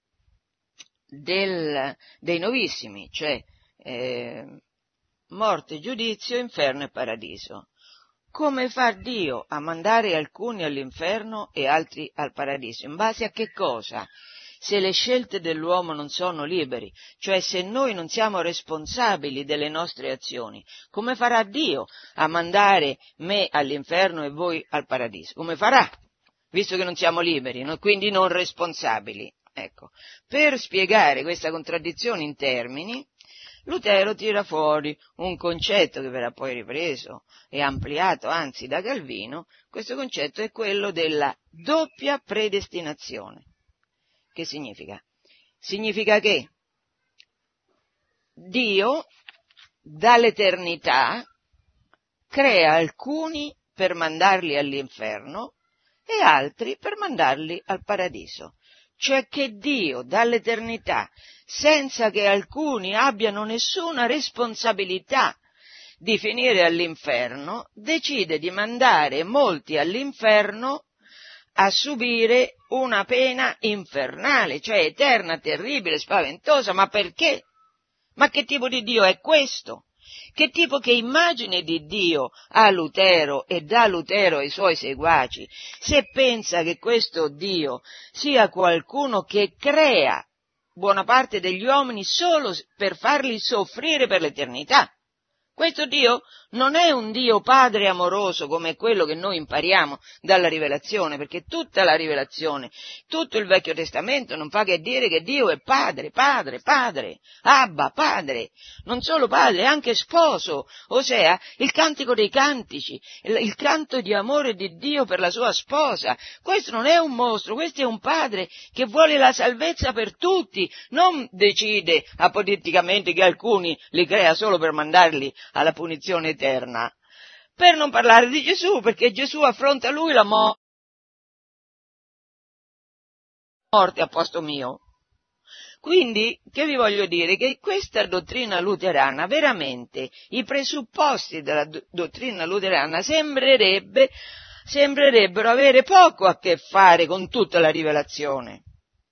del, dei novissimi, cioè eh, morte, giudizio, inferno e paradiso, come fa Dio a mandare alcuni all'inferno e altri al paradiso? In base a che cosa? Se le scelte dell'uomo non sono liberi, cioè se noi non siamo responsabili delle nostre azioni, come farà Dio a mandare me all'inferno e voi al paradiso? Come farà? Visto che non siamo liberi, quindi non responsabili. Ecco, per spiegare questa contraddizione in termini, Lutero tira fuori un concetto che verrà poi ripreso e ampliato, anzi, da Calvino. Questo concetto è quello della doppia predestinazione. Che significa? Significa che Dio dall'eternità crea alcuni per mandarli all'inferno e altri per mandarli al paradiso. Cioè che Dio dall'eternità, senza che alcuni abbiano nessuna responsabilità di finire all'inferno, decide di mandare molti all'inferno a subire una pena infernale, cioè eterna, terribile, spaventosa. Ma perché? Ma che tipo di Dio è questo? Che tipo, che immagine di Dio ha Lutero e dà Lutero ai suoi seguaci, se pensa che questo Dio sia qualcuno che crea buona parte degli uomini solo per farli soffrire per l'eternità? Questo Dio non è un Dio padre amoroso come quello che noi impariamo dalla rivelazione, perché tutta la rivelazione, tutto il Vecchio Testamento non fa che dire che Dio è padre, padre, padre, Abba, padre, non solo padre, anche sposo, ossia il cantico dei cantici, il canto di amore di Dio per la sua sposa. Questo non è un mostro, questo è un padre che vuole la salvezza per tutti, non decide apoditticamente che alcuni li crea solo per mandarli alla punizione eterna. Per non parlare di Gesù, perché Gesù affronta lui la morte a posto mio. Quindi, che vi voglio dire? Che questa dottrina luterana, veramente, i presupposti della do- dottrina luterana sembrerebbe, sembrerebbero avere poco a che fare con tutta la rivelazione.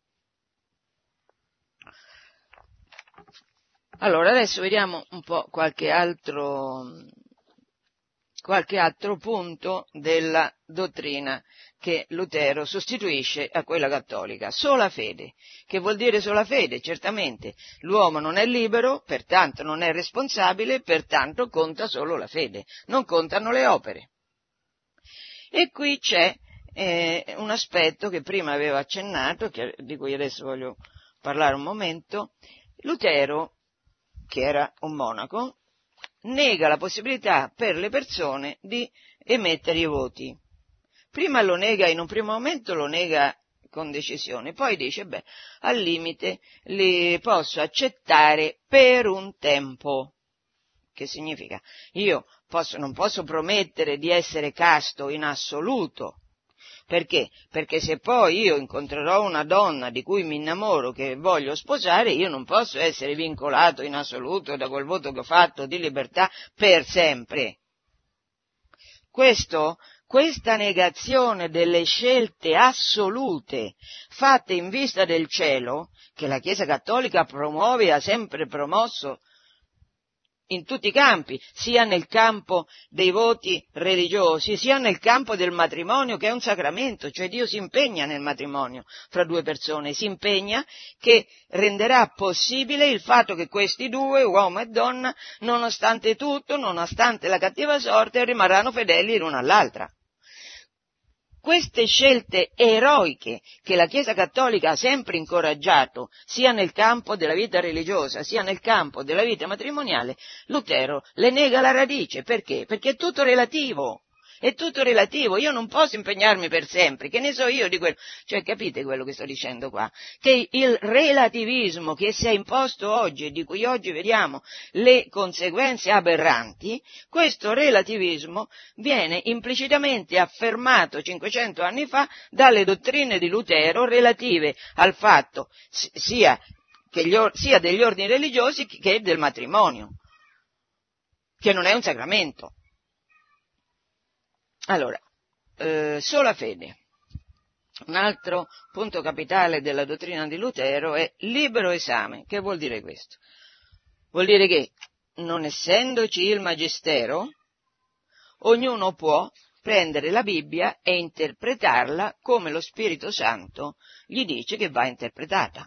Allora, adesso vediamo un po' qualche altro, qualche altro punto della dottrina che Lutero sostituisce a quella cattolica. Sola fede. Che vuol dire sola fede? Certamente l'uomo non è libero, pertanto non è responsabile, pertanto conta solo la fede, non contano le opere. E qui c'è eh, un aspetto che prima avevo accennato, che, di cui adesso voglio parlare un momento. Lutero, che era un monaco, nega la possibilità per le persone di emettere i voti. Prima lo nega, in un primo momento lo nega con decisione, poi dice, beh, al limite li posso accettare per un tempo. Che significa? Io posso, non posso promettere di essere casto in assoluto. Perché? Perché se poi io incontrerò una donna di cui mi innamoro, che voglio sposare, io non posso essere vincolato in assoluto da quel voto che ho fatto di libertà per sempre. Questo, questa negazione delle scelte assolute fatte in vista del cielo, che la Chiesa Cattolica promuove e ha sempre promosso in tutti i campi, sia nel campo dei voti religiosi, sia nel campo del matrimonio, che è un sacramento, cioè Dio si impegna nel matrimonio fra due persone, si impegna che renderà possibile il fatto che questi due, uomo e donna, nonostante tutto, nonostante la cattiva sorte, rimarranno fedeli l'una all'altra. queste scelte eroiche che la Chiesa Cattolica ha sempre incoraggiato, sia nel campo della vita religiosa, sia nel campo della vita matrimoniale, Lutero le nega alla radice. Perché? Perché è tutto relativo. È tutto relativo, io non posso impegnarmi per sempre, che ne so io di quello, cioè capite quello che sto dicendo qua? Che il relativismo che si è imposto oggi e di cui oggi vediamo le conseguenze aberranti, questo relativismo viene implicitamente affermato cinquecento anni fa dalle dottrine di Lutero relative al fatto sia, che gli or- sia degli ordini religiosi che del matrimonio, che non è un sacramento. Allora, eh, sola fede. Un altro punto capitale della dottrina di Lutero è libero esame. Che vuol dire questo? Vuol dire che, non essendoci il magistero, ognuno può prendere la Bibbia e interpretarla come lo Spirito Santo gli dice che va interpretata.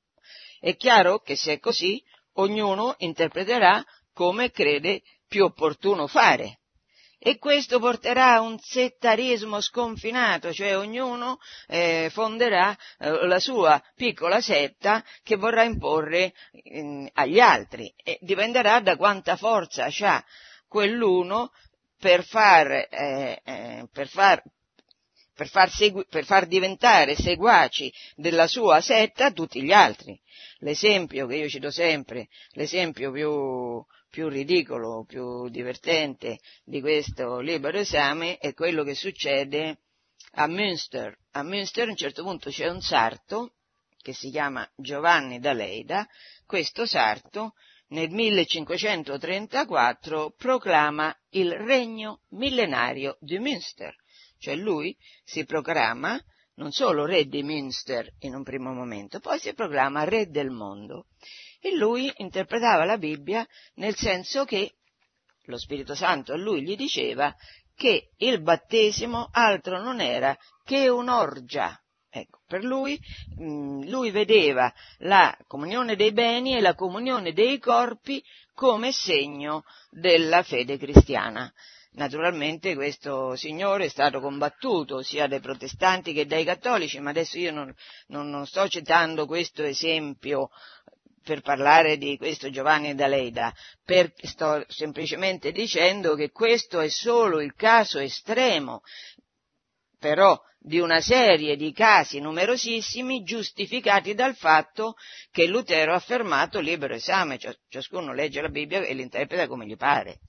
È chiaro che se è così, ognuno interpreterà come crede più opportuno fare. E questo porterà a un settarismo sconfinato, cioè ognuno eh, fonderà eh, la sua piccola setta che vorrà imporre eh, agli altri, e dipenderà da quanta forza ha quell'uno per far, eh, eh, per far, per far, segui, per far diventare seguaci della sua setta tutti gli altri. L'esempio che io cito sempre, l'esempio più... più ridicolo, più divertente di questo libero esame è quello che succede a Münster. A Münster a un certo punto c'è un sarto che si chiama Giovanni da Leida. Questo sarto nel millecinquecentotrentaquattro proclama il regno millenario di Münster, cioè lui si proclama non solo re di Münster in un primo momento, poi si proclama re del mondo. E lui interpretava la Bibbia nel senso che lo Spirito Santo a lui gli diceva che il battesimo altro non era che un'orgia. Ecco, per lui, mh, lui vedeva la comunione dei beni e la comunione dei corpi come segno della fede cristiana. Naturalmente questo signore è stato combattuto sia dai protestanti che dai cattolici, ma adesso io non, non, non sto citando questo esempio per parlare di questo Giovanni da Leida, per, sto semplicemente dicendo che questo è solo il caso estremo, però di una serie di casi numerosissimi giustificati dal fatto che Lutero ha affermato libero esame, cioè ciascuno legge la Bibbia e l'interpreta come gli pare.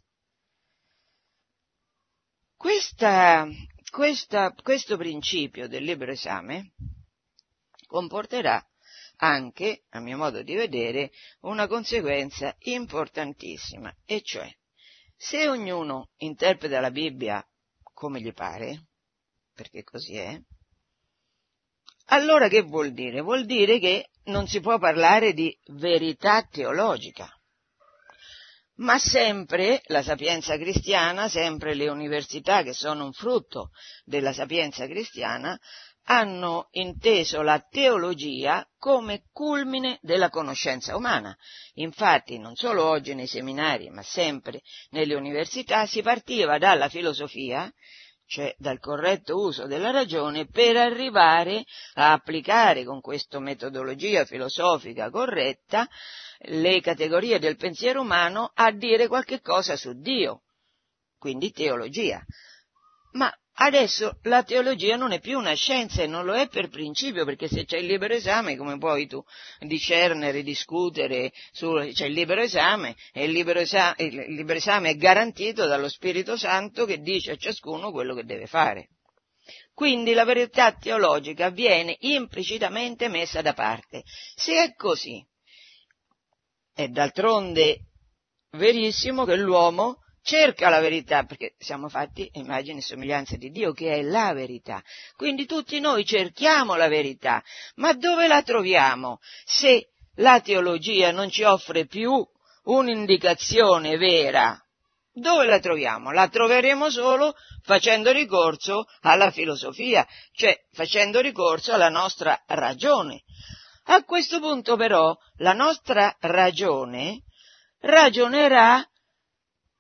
Questa, questa, questo principio del libero esame comporterà anche, a mio modo di vedere, una conseguenza importantissima, e cioè, se ognuno interpreta la Bibbia come gli pare, perché così è, allora che vuol dire? Vuol dire che non si può parlare di verità teologica, ma sempre la sapienza cristiana, sempre le università che sono un frutto della sapienza cristiana, hanno inteso la teologia come culmine della conoscenza umana. Infatti, non solo oggi nei seminari, ma sempre nelle università, si partiva dalla filosofia, cioè dal corretto uso della ragione, per arrivare a applicare con questa metodologia filosofica corretta le categorie del pensiero umano a dire qualche cosa su Dio, quindi teologia. Ma adesso la teologia non è più una scienza e non lo è per principio, perché se c'è il libero esame come puoi tu discernere, discutere, su, c'è il libero esame e il libero esame, il libero esame è garantito dallo Spirito Santo che dice a ciascuno quello che deve fare. Quindi la verità teologica viene implicitamente messa da parte. Se è così, è d'altronde verissimo che l'uomo cerca la verità, perché siamo fatti a immagine e somiglianza di Dio, che è la verità. Quindi tutti noi cerchiamo la verità, ma dove la troviamo se la teologia non ci offre più un'indicazione vera? Dove la troviamo? La troveremo solo facendo ricorso alla filosofia, cioè facendo ricorso alla nostra ragione. A questo punto però la nostra ragione ragionerà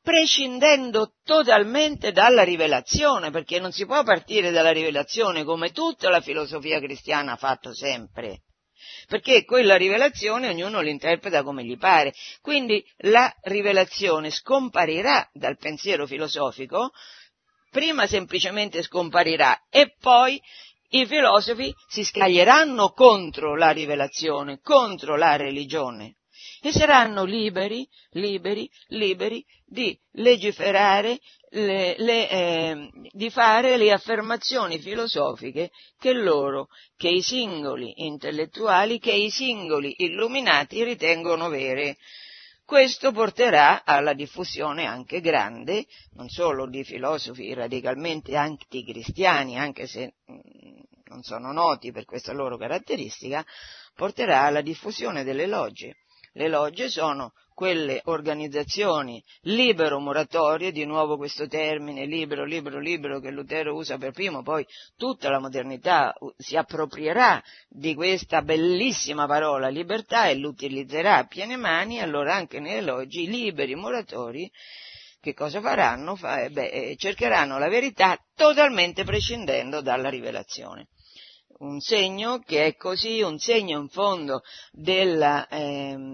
prescindendo totalmente dalla rivelazione, perché non si può partire dalla rivelazione come tutta la filosofia cristiana ha fatto sempre, perché quella rivelazione ognuno l'interpreta come gli pare, quindi la rivelazione scomparirà dal pensiero filosofico, prima semplicemente scomparirà e poi i filosofi si scaglieranno contro la rivelazione, contro la religione e saranno liberi, liberi, liberi di legiferare, le, le, eh, di fare le affermazioni filosofiche che loro, che i singoli intellettuali, che i singoli illuminati ritengono vere. Questo porterà alla diffusione anche grande, non solo di filosofi radicalmente anticristiani, anche se mh, non sono noti per questa loro caratteristica, porterà alla diffusione delle logge. Le logge sono quelle organizzazioni libero-moratorie, di nuovo questo termine libero, libero, libero che Lutero usa per primo, poi tutta la modernità si approprierà di questa bellissima parola libertà e l'utilizzerà a piene mani. Allora anche nelle logge i liberi moratori che cosa faranno? Fa, beh, cercheranno la verità totalmente prescindendo dalla rivelazione. Un segno che è così, un segno in fondo della, eh,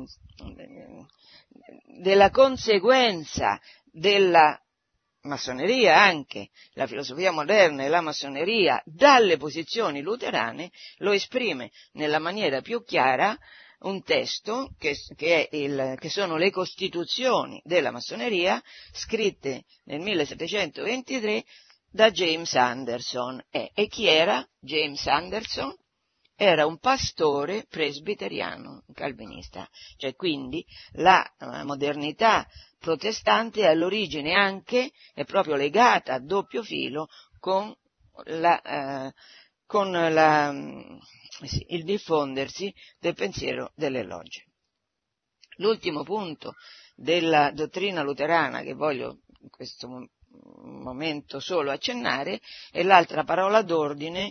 della conseguenza della massoneria, anche la filosofia moderna e la massoneria, dalle posizioni luterane, lo esprime nella maniera più chiara un testo che, che, è il, che sono le costituzioni della massoneria, scritte nel millesettecentoventitré da James Anderson. E, e chi era James Anderson? Era un pastore presbiteriano, un calvinista, cioè quindi la modernità protestante è all'origine anche, è proprio legata a doppio filo con, la, eh, con la, sì, il diffondersi del pensiero delle logge. L'ultimo punto della dottrina luterana che voglio in questo momento un momento solo accennare, e l'altra parola d'ordine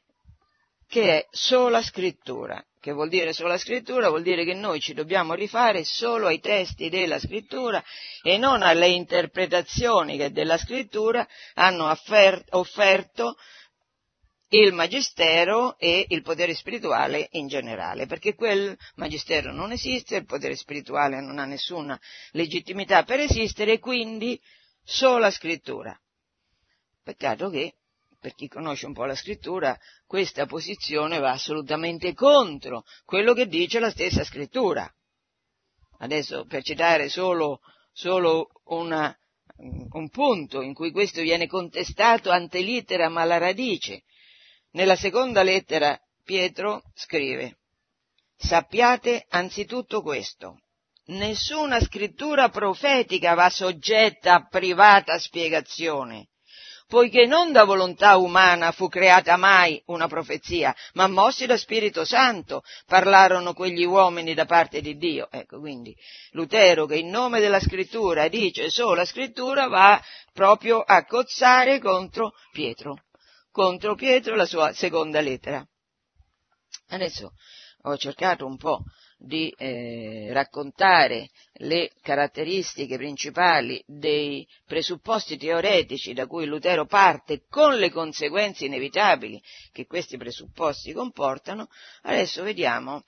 che è sola scrittura. Che vuol dire sola scrittura? Vuol dire che noi ci dobbiamo rifare solo ai testi della scrittura e non alle interpretazioni che della scrittura hanno affer- offerto il magistero e il potere spirituale in generale, perché quel magistero non esiste, il potere spirituale non ha nessuna legittimità per esistere, e quindi sola scrittura. Peccato che, per chi conosce un po' la scrittura, questa posizione va assolutamente contro quello che dice la stessa scrittura. Adesso, per citare solo, solo una, un punto in cui questo viene contestato ante litteram alla radice, nella seconda lettera Pietro scrive: sappiate anzitutto questo. Nessuna scrittura profetica va soggetta a privata spiegazione, poiché non da volontà umana fu creata mai una profezia, ma mossi da Spirito Santo parlarono quegli uomini da parte di Dio. Ecco, quindi Lutero, che in nome della scrittura dice sola scrittura, va proprio a cozzare contro Pietro, contro Pietro la sua seconda lettera. Adesso ho cercato un po' di eh, raccontare le caratteristiche principali dei presupposti teoretici da cui Lutero parte con le conseguenze inevitabili che questi presupposti comportano. Adesso vediamo,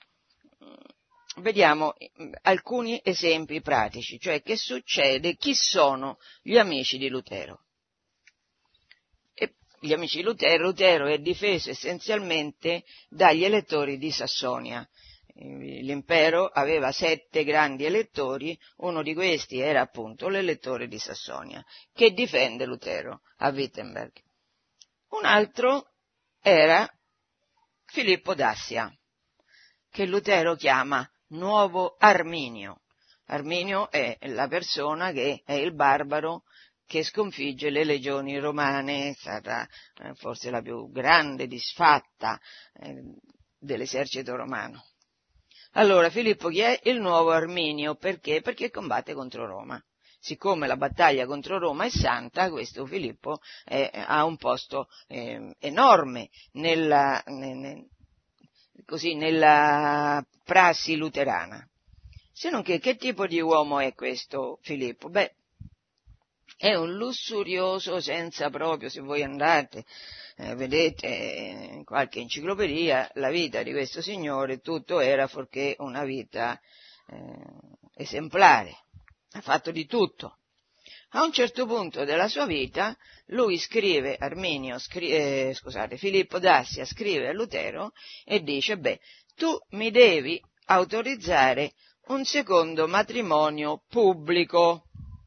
vediamo alcuni esempi pratici, cioè che succede, chi sono gli amici di Lutero. E gli amici di Lutero, Lutero è difeso essenzialmente dagli elettori di Sassonia. L'impero aveva sette grandi elettori, uno di questi era appunto l'elettore di Sassonia, che difende Lutero a Wittenberg. Un altro era Filippo d'Assia, che Lutero chiama Nuovo Arminio. Arminio è la persona che è il barbaro che sconfigge le legioni romane, è stata eh, forse la più grande disfatta eh, dell'esercito romano. Allora, Filippo chi è? Il nuovo Arminio, perché? Perché combatte contro Roma. Siccome la battaglia contro Roma è santa, questo Filippo è, ha un posto eh, enorme nella, ne, così, nella prassi luterana. Se non che, che tipo di uomo è questo Filippo? Beh, è un lussurioso senza proprio, se voi andate, eh, vedete in qualche enciclopedia, la vita di questo signore, tutto era fuorché una vita eh, esemplare, ha fatto di tutto. A un certo punto della sua vita, lui scrive, Arminio, scri- eh, scusate, Filippo d'Assia scrive a Lutero e dice, beh, tu mi devi autorizzare un secondo matrimonio pubblico.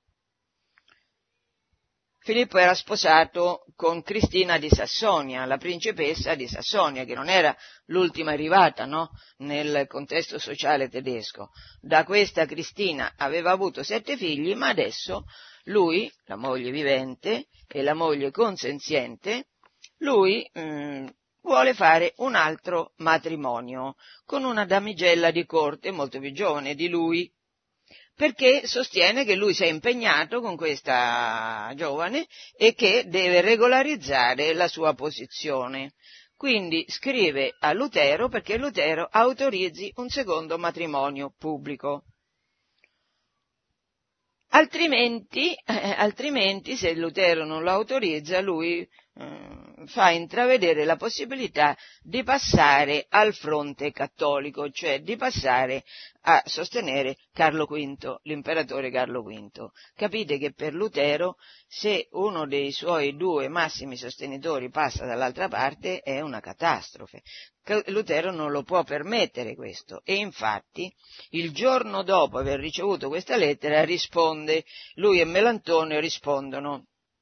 Filippo era sposato con Cristina di Sassonia, la principessa di Sassonia, che non era l'ultima arrivata, no? Nel contesto sociale tedesco. Da questa Cristina aveva avuto sette figli, ma adesso lui, la moglie vivente e la moglie consenziente, lui mh, vuole fare un altro matrimonio con una damigella di corte molto più giovane di lui, perché sostiene che lui si è impegnato con questa giovane e che deve regolarizzare la sua posizione. Quindi scrive a Lutero perché Lutero autorizzi un secondo matrimonio pubblico. Altrimenti, eh, altrimenti se Lutero non lo autorizza, lui eh, fa intravedere la possibilità di passare al fronte cattolico, cioè di passare a sostenere Carlo quinto, l'imperatore Carlo quinto. Capite che per Lutero, se uno dei suoi due massimi sostenitori passa dall'altra parte, è una catastrofe. Lutero non lo può permettere questo e infatti il giorno dopo aver ricevuto questa lettera risponde, lui e Melantonio rispondono.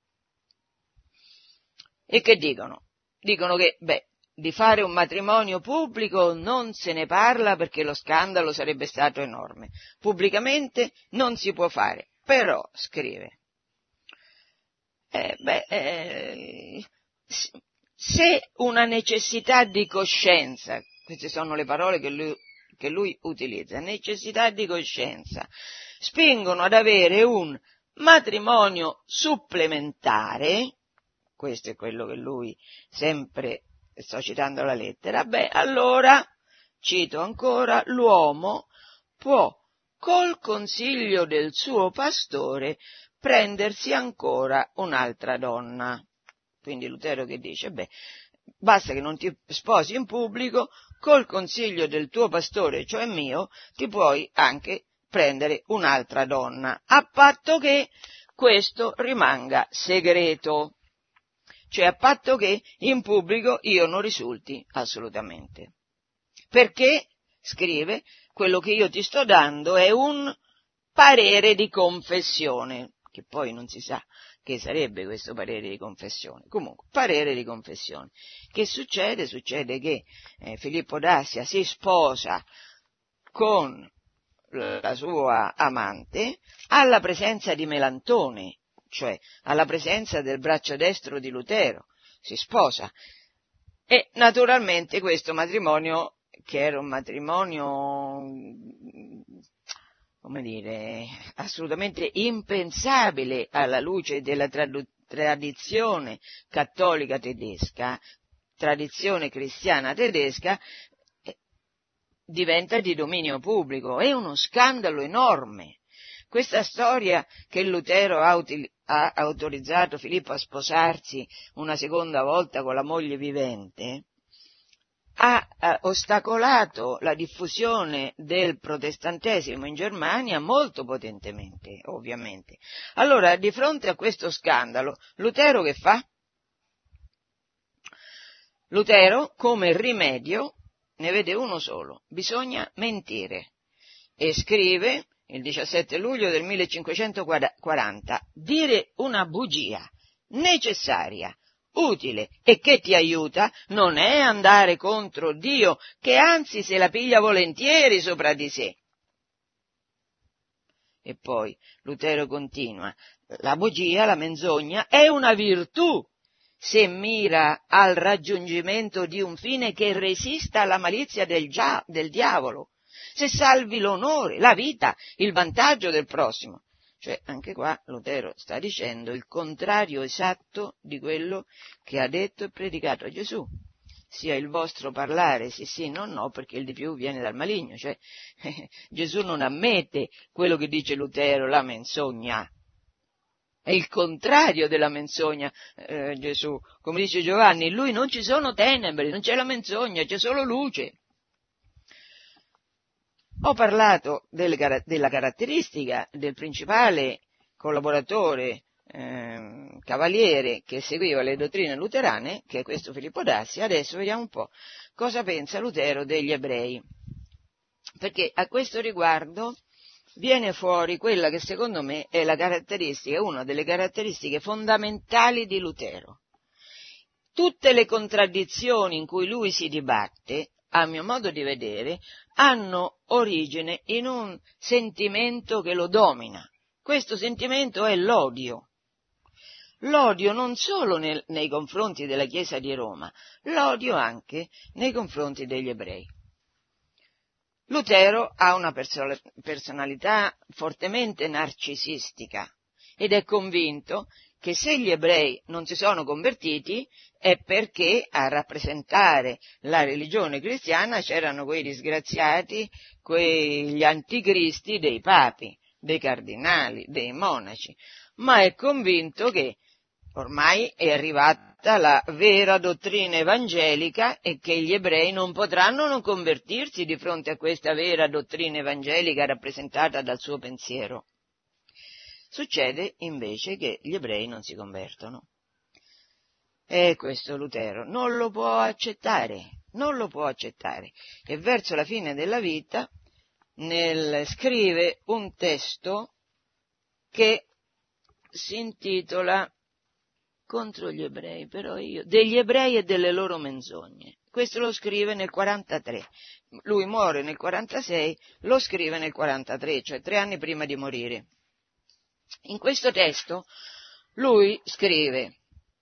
E che dicono? Dicono che, beh, di fare un matrimonio pubblico non se ne parla perché lo scandalo sarebbe stato enorme. Pubblicamente non si può fare, però, scrive, eh, beh, eh, se una necessità di coscienza, queste sono le parole che lui, che lui utilizza, necessità di coscienza, spingono ad avere un matrimonio supplementare, questo è quello che lui sempre, sto citando la lettera, beh, allora, cito ancora, l'uomo può, col consiglio del suo pastore, prendersi ancora un'altra donna. Quindi Lutero che dice, beh, basta che non ti sposi in pubblico, col consiglio del tuo pastore, cioè mio, ti puoi anche prendere un'altra donna, a patto che questo rimanga segreto, cioè a patto che in pubblico io non risulti assolutamente. Perché, scrive, quello che io ti sto dando è un parere di confessione, che poi non si sa che sarebbe questo parere di confessione. Comunque, parere di confessione. Che succede? Succede che eh, Filippo d'Assia si sposa con la sua amante alla presenza di Melantone, cioè alla presenza del braccio destro di Lutero. Si sposa. E naturalmente questo matrimonio, che era un matrimonio, come dire, assolutamente impensabile alla luce della tradu- tradizione cattolica tedesca, tradizione cristiana tedesca, eh, diventa di dominio pubblico. È uno scandalo enorme. Questa storia che Lutero ha, util- ha autorizzato Filippo a sposarsi una seconda volta con la moglie vivente, ha eh, ostacolato la diffusione del protestantesimo in Germania molto potentemente, ovviamente. Allora, di fronte a questo scandalo, Lutero che fa? Lutero, come rimedio, ne vede uno solo: bisogna mentire. E scrive, il diciassette luglio del millecinquecentoquaranta, dire una bugia necessaria, utile e che ti aiuta non è andare contro Dio, che anzi se la piglia volentieri sopra di sé. E poi Lutero continua, la bugia, la menzogna è una virtù se mira al raggiungimento di un fine che resista alla malizia del, gia- del diavolo, se salvi l'onore, la vita, il vantaggio del prossimo. Cioè, anche qua Lutero sta dicendo il contrario esatto di quello che ha detto e predicato Gesù. Sia il vostro parlare sì sì, no no, perché il di più viene dal maligno. Cioè, Gesù non ammette quello che dice Lutero, la menzogna. è il contrario della menzogna, eh, Gesù. Come dice Giovanni, in lui non ci sono tenebre, non c'è la menzogna, c'è solo luce. Ho parlato delle, della caratteristica del principale collaboratore, eh, cavaliere che seguiva le dottrine luterane, che è questo Filippo Dassi. Adesso vediamo un po' cosa pensa Lutero degli ebrei, perché a questo riguardo viene fuori quella che secondo me è la caratteristica, una delle caratteristiche fondamentali di Lutero. Tutte le contraddizioni in cui lui si dibatte, a mio modo di vedere, hanno origine in un sentimento che lo domina. Questo sentimento è l'odio. L'odio non solo nel, nei confronti della Chiesa di Roma, l'odio anche nei confronti degli ebrei. Lutero ha una perso- personalità fortemente narcisistica ed è convinto che se gli ebrei non si sono convertiti è perché a rappresentare la religione cristiana c'erano quei disgraziati, quegli anticristi dei papi, dei cardinali, dei monaci, ma è convinto che ormai è arrivata la vera dottrina evangelica e che gli ebrei non potranno non convertirsi di fronte a questa vera dottrina evangelica rappresentata dal suo pensiero. Succede invece che gli ebrei non si convertono. E questo Lutero non lo può accettare, non lo può accettare. E verso la fine della vita nel, scrive un testo che si intitola contro gli ebrei, però io, degli ebrei e delle loro menzogne. Questo lo scrive nel quarantatré. Lui muore nel quarantasei, lo scrive nel quarantatré, cioè tre anni prima di morire. In questo testo lui scrive: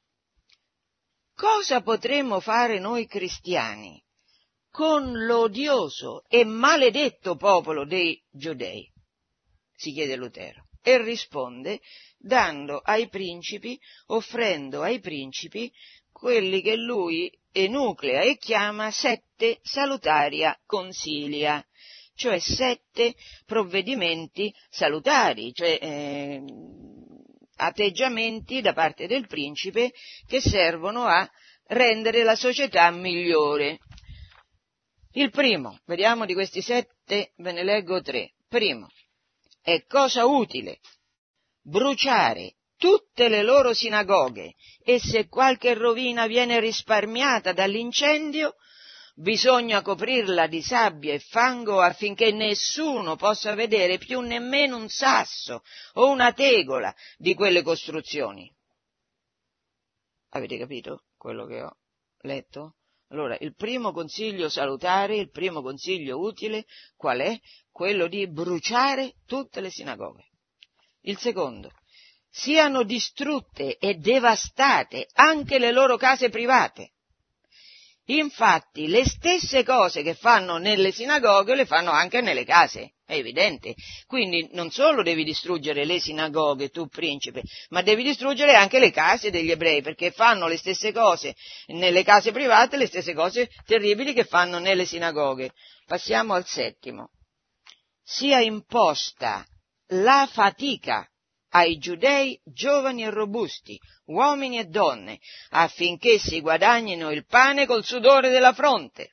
cosa potremmo fare noi cristiani con l'odioso e maledetto popolo dei Giudei? Si chiede Lutero. E risponde dando ai principi, offrendo ai principi quelli che lui enuclea e chiama sette salutaria consilia, cioè sette provvedimenti salutari, cioè eh, atteggiamenti da parte del principe che servono a rendere la società migliore. Il primo, vediamo di questi sette, ve ne leggo tre. Primo, è cosa utile bruciare tutte le loro sinagoghe e se qualche rovina viene risparmiata dall'incendio, bisogna coprirla di sabbia e fango affinché nessuno possa vedere più nemmeno un sasso o una tegola di quelle costruzioni. Avete capito quello che ho letto? Allora, il primo consiglio salutare, il primo consiglio utile, qual è? Quello di bruciare tutte le sinagoghe. Il secondo, siano distrutte e devastate anche le loro case private. Infatti, le stesse cose che fanno nelle sinagoghe le fanno anche nelle case, è evidente. Quindi non solo devi distruggere le sinagoghe, tu principe, ma devi distruggere anche le case degli ebrei, perché fanno le stesse cose nelle case private, le stesse cose terribili che fanno nelle sinagoghe. Passiamo al settimo. Sia imposta la fatica ai giudei giovani e robusti, uomini e donne, affinché si guadagnino il pane col sudore della fronte.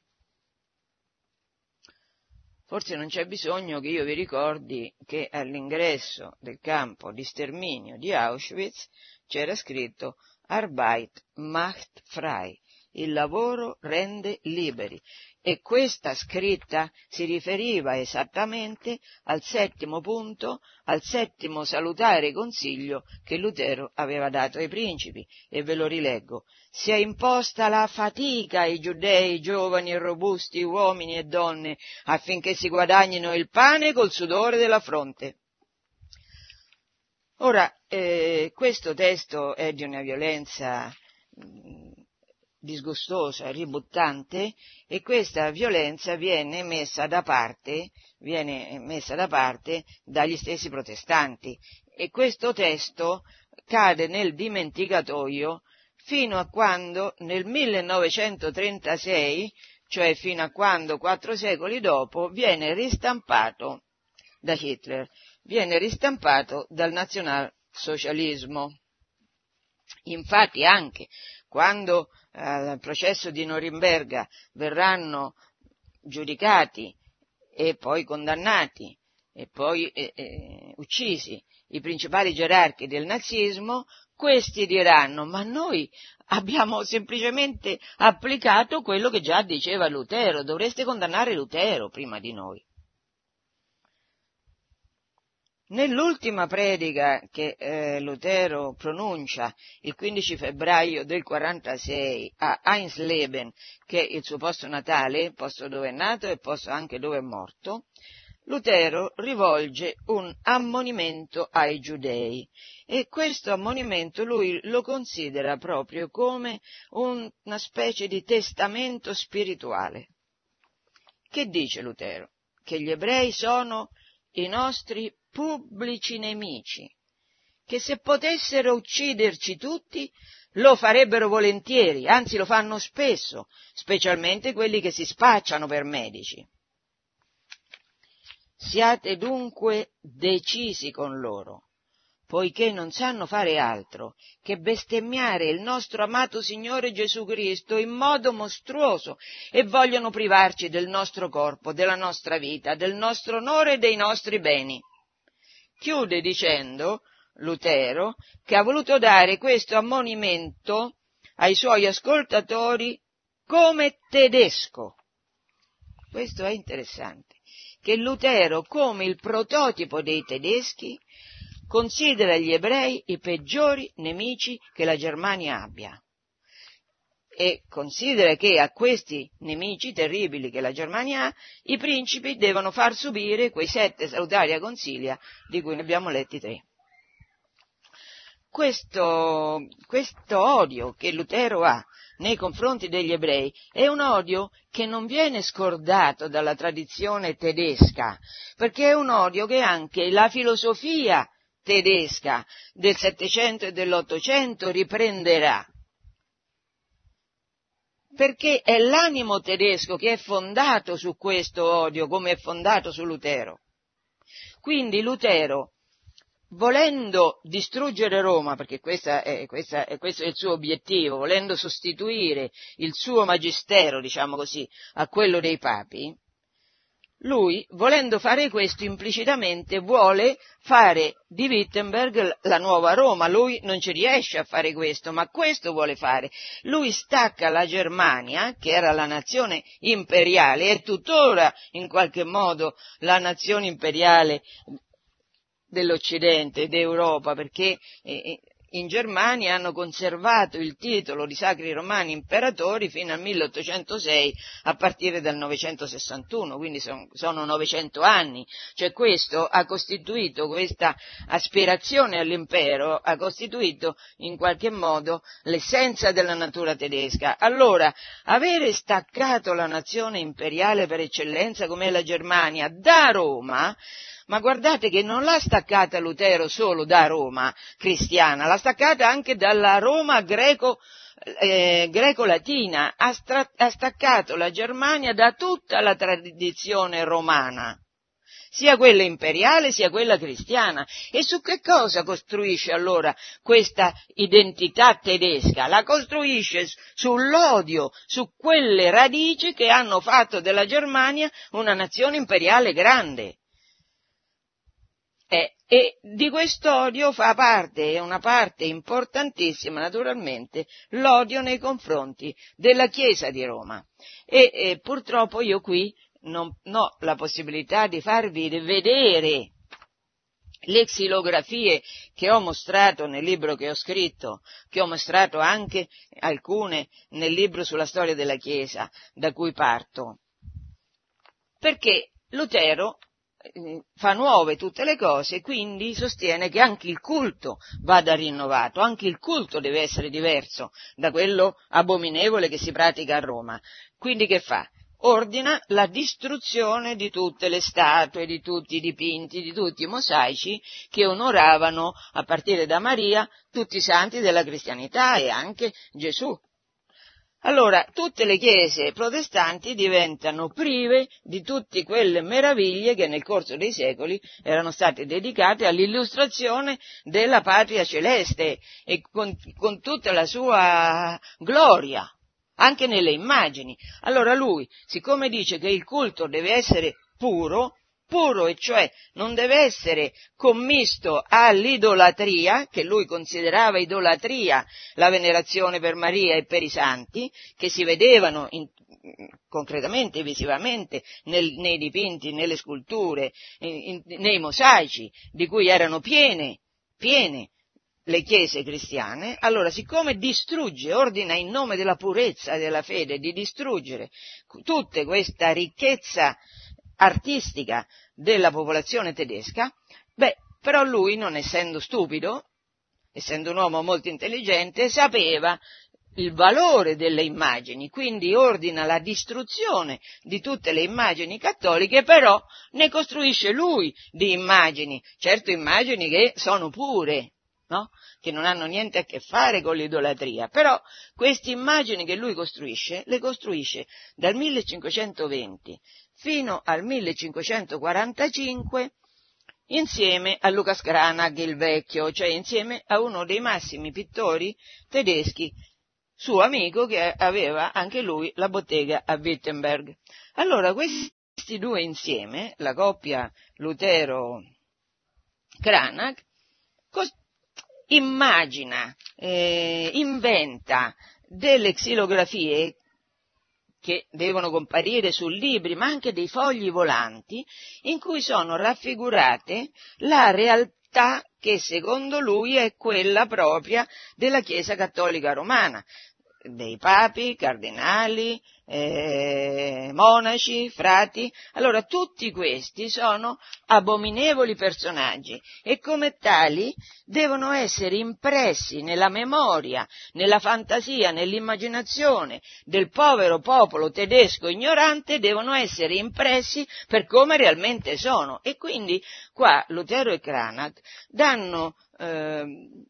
Forse non c'è bisogno che io vi ricordi che all'ingresso del campo di sterminio di Auschwitz c'era scritto Arbeit macht frei, il lavoro rende liberi. E questa scritta si riferiva esattamente al settimo punto, al settimo salutare consiglio che Lutero aveva dato ai principi, e ve lo rileggo. Si è imposta la fatica ai giudei giovani e robusti, uomini e donne, affinché si guadagnino il pane col sudore della fronte. Ora, eh, questo testo è di una violenza mh, disgustosa, ributtante, e questa violenza viene messa da parte, viene messa da parte dagli stessi protestanti, e questo testo cade nel dimenticatoio fino a quando nel millenovecentotrentasei, cioè fino a quando quattro secoli dopo, viene ristampato da Hitler, viene ristampato dal National socialismo. Infatti anche quando eh, al processo di Norimberga verranno giudicati e poi condannati e poi eh, eh, uccisi i principali gerarchi del nazismo, questi diranno: ma noi abbiamo semplicemente applicato quello che già diceva Lutero, dovreste condannare Lutero prima di noi. Nell'ultima predica che eh, Lutero pronuncia il quindici febbraio del quarantasei a Eisleben, che è il suo posto natale, posto dove è nato e posto anche dove è morto, Lutero rivolge un ammonimento ai giudei e questo ammonimento lui lo considera proprio come un, una specie di testamento spirituale. Che dice Lutero? Che gli ebrei sono i nostri pubblici nemici, che se potessero ucciderci tutti lo farebbero volentieri, anzi lo fanno spesso, specialmente quelli che si spacciano per medici. Siate dunque decisi con loro, poiché non sanno fare altro che bestemmiare il nostro amato Signore Gesù Cristo in modo mostruoso e vogliono privarci del nostro corpo, della nostra vita, del nostro onore e dei nostri beni. Chiude dicendo Lutero che ha voluto dare questo ammonimento ai suoi ascoltatori come tedesco. Questo è interessante, che Lutero, come il prototipo dei tedeschi, considera gli ebrei i peggiori nemici che la Germania abbia e considera che a questi nemici terribili che la Germania ha i principi devono far subire quei sette salutaria consilia di cui ne abbiamo letti tre. Questo, questo odio che Lutero ha nei confronti degli ebrei è un odio che non viene scordato dalla tradizione tedesca, perché è un odio che anche la filosofia tedesca del Settecento e dell'Ottocento riprenderà, perché è l'animo tedesco che è fondato su questo odio, come è fondato su Lutero. Quindi Lutero, volendo distruggere Roma, perché questa è, questa è, questo è il suo obiettivo, volendo sostituire il suo magistero, diciamo così, a quello dei papi, lui, volendo fare questo, implicitamente vuole fare di Wittenberg la nuova Roma. Lui non ci riesce a fare questo, ma questo vuole fare. Lui stacca la Germania, che era la nazione imperiale, e tuttora in qualche modo la nazione imperiale dell'Occidente, d'Europa, perché eh, in Germania hanno conservato il titolo di Sacri Romani Imperatori fino al milleottocentosei, a partire dal novecentosessantuno, quindi son, sono novecento anni. Cioè questo ha costituito, questa aspirazione all'impero, ha costituito in qualche modo l'essenza della natura tedesca. Allora, avere staccato la nazione imperiale per eccellenza come è la Germania da Roma, ma guardate che non l'ha staccata Lutero solo da Roma cristiana, l'ha staccata anche dalla Roma greco, eh, greco-latina, ha, stra- ha staccato la Germania da tutta la tradizione romana, sia quella imperiale sia quella cristiana. E su che cosa costruisce allora questa identità tedesca? La costruisce sull'odio, su quelle radici che hanno fatto della Germania una nazione imperiale grande. Eh, e di quest'odio fa parte, è una parte importantissima naturalmente, l'odio nei confronti della Chiesa di Roma. E, e purtroppo io qui non ho la possibilità di farvi vedere le xilografie che ho mostrato nel libro che ho scritto, che ho mostrato anche alcune nel libro sulla storia della Chiesa, da cui parto. Perché Lutero fa nuove tutte le cose, quindi sostiene che anche il culto vada rinnovato, anche il culto deve essere diverso da quello abominevole che si pratica a Roma. Quindi che fa? Ordina la distruzione di tutte le statue, di tutti i dipinti, di tutti i mosaici che onoravano, a partire da Maria, tutti i santi della cristianità e anche Gesù. allora tutte le chiese protestanti diventano prive di tutte quelle meraviglie che nel corso dei secoli erano state dedicate all'illustrazione della patria celeste e con, con tutta la sua gloria, anche nelle immagini. Allora lui, siccome dice che il culto deve essere puro, puro, e cioè non deve essere commisto all'idolatria, che lui considerava idolatria la venerazione per Maria e per i santi, che si vedevano in, concretamente, visivamente, nel, nei dipinti, nelle sculture, in, in, nei mosaici, di cui erano piene, piene le chiese cristiane. Allora, siccome distrugge, ordina in nome della purezza e della fede di distruggere tutta questa ricchezza artistica della popolazione tedesca, beh, però lui, non essendo stupido, essendo un uomo molto intelligente, sapeva il valore delle immagini, quindi ordina la distruzione di tutte le immagini cattoliche, però ne costruisce lui di immagini, certo immagini che sono pure, no? Che non hanno niente a che fare con l'idolatria, però queste immagini che lui costruisce, le costruisce dal millecinquecentoventi fino al millecinquecentoquarantacinque insieme a Lucas Cranach il Vecchio, cioè insieme a uno dei massimi pittori tedeschi, suo amico, che aveva anche lui la bottega a Wittenberg. Allora questi due insieme, la coppia Lutero-Cranach, cos- immagina, eh, inventa delle xilografie che devono comparire su libri, ma anche dei fogli volanti, in cui sono raffigurate la realtà che secondo lui è quella propria della Chiesa Cattolica Romana, dei papi, cardinali, eh, monaci, frati. Allora tutti questi sono abominevoli personaggi e come tali devono essere impressi nella memoria, nella fantasia, nell'immaginazione del povero popolo tedesco ignorante, devono essere impressi per come realmente sono. E quindi qua Lutero e Cranach danno eh,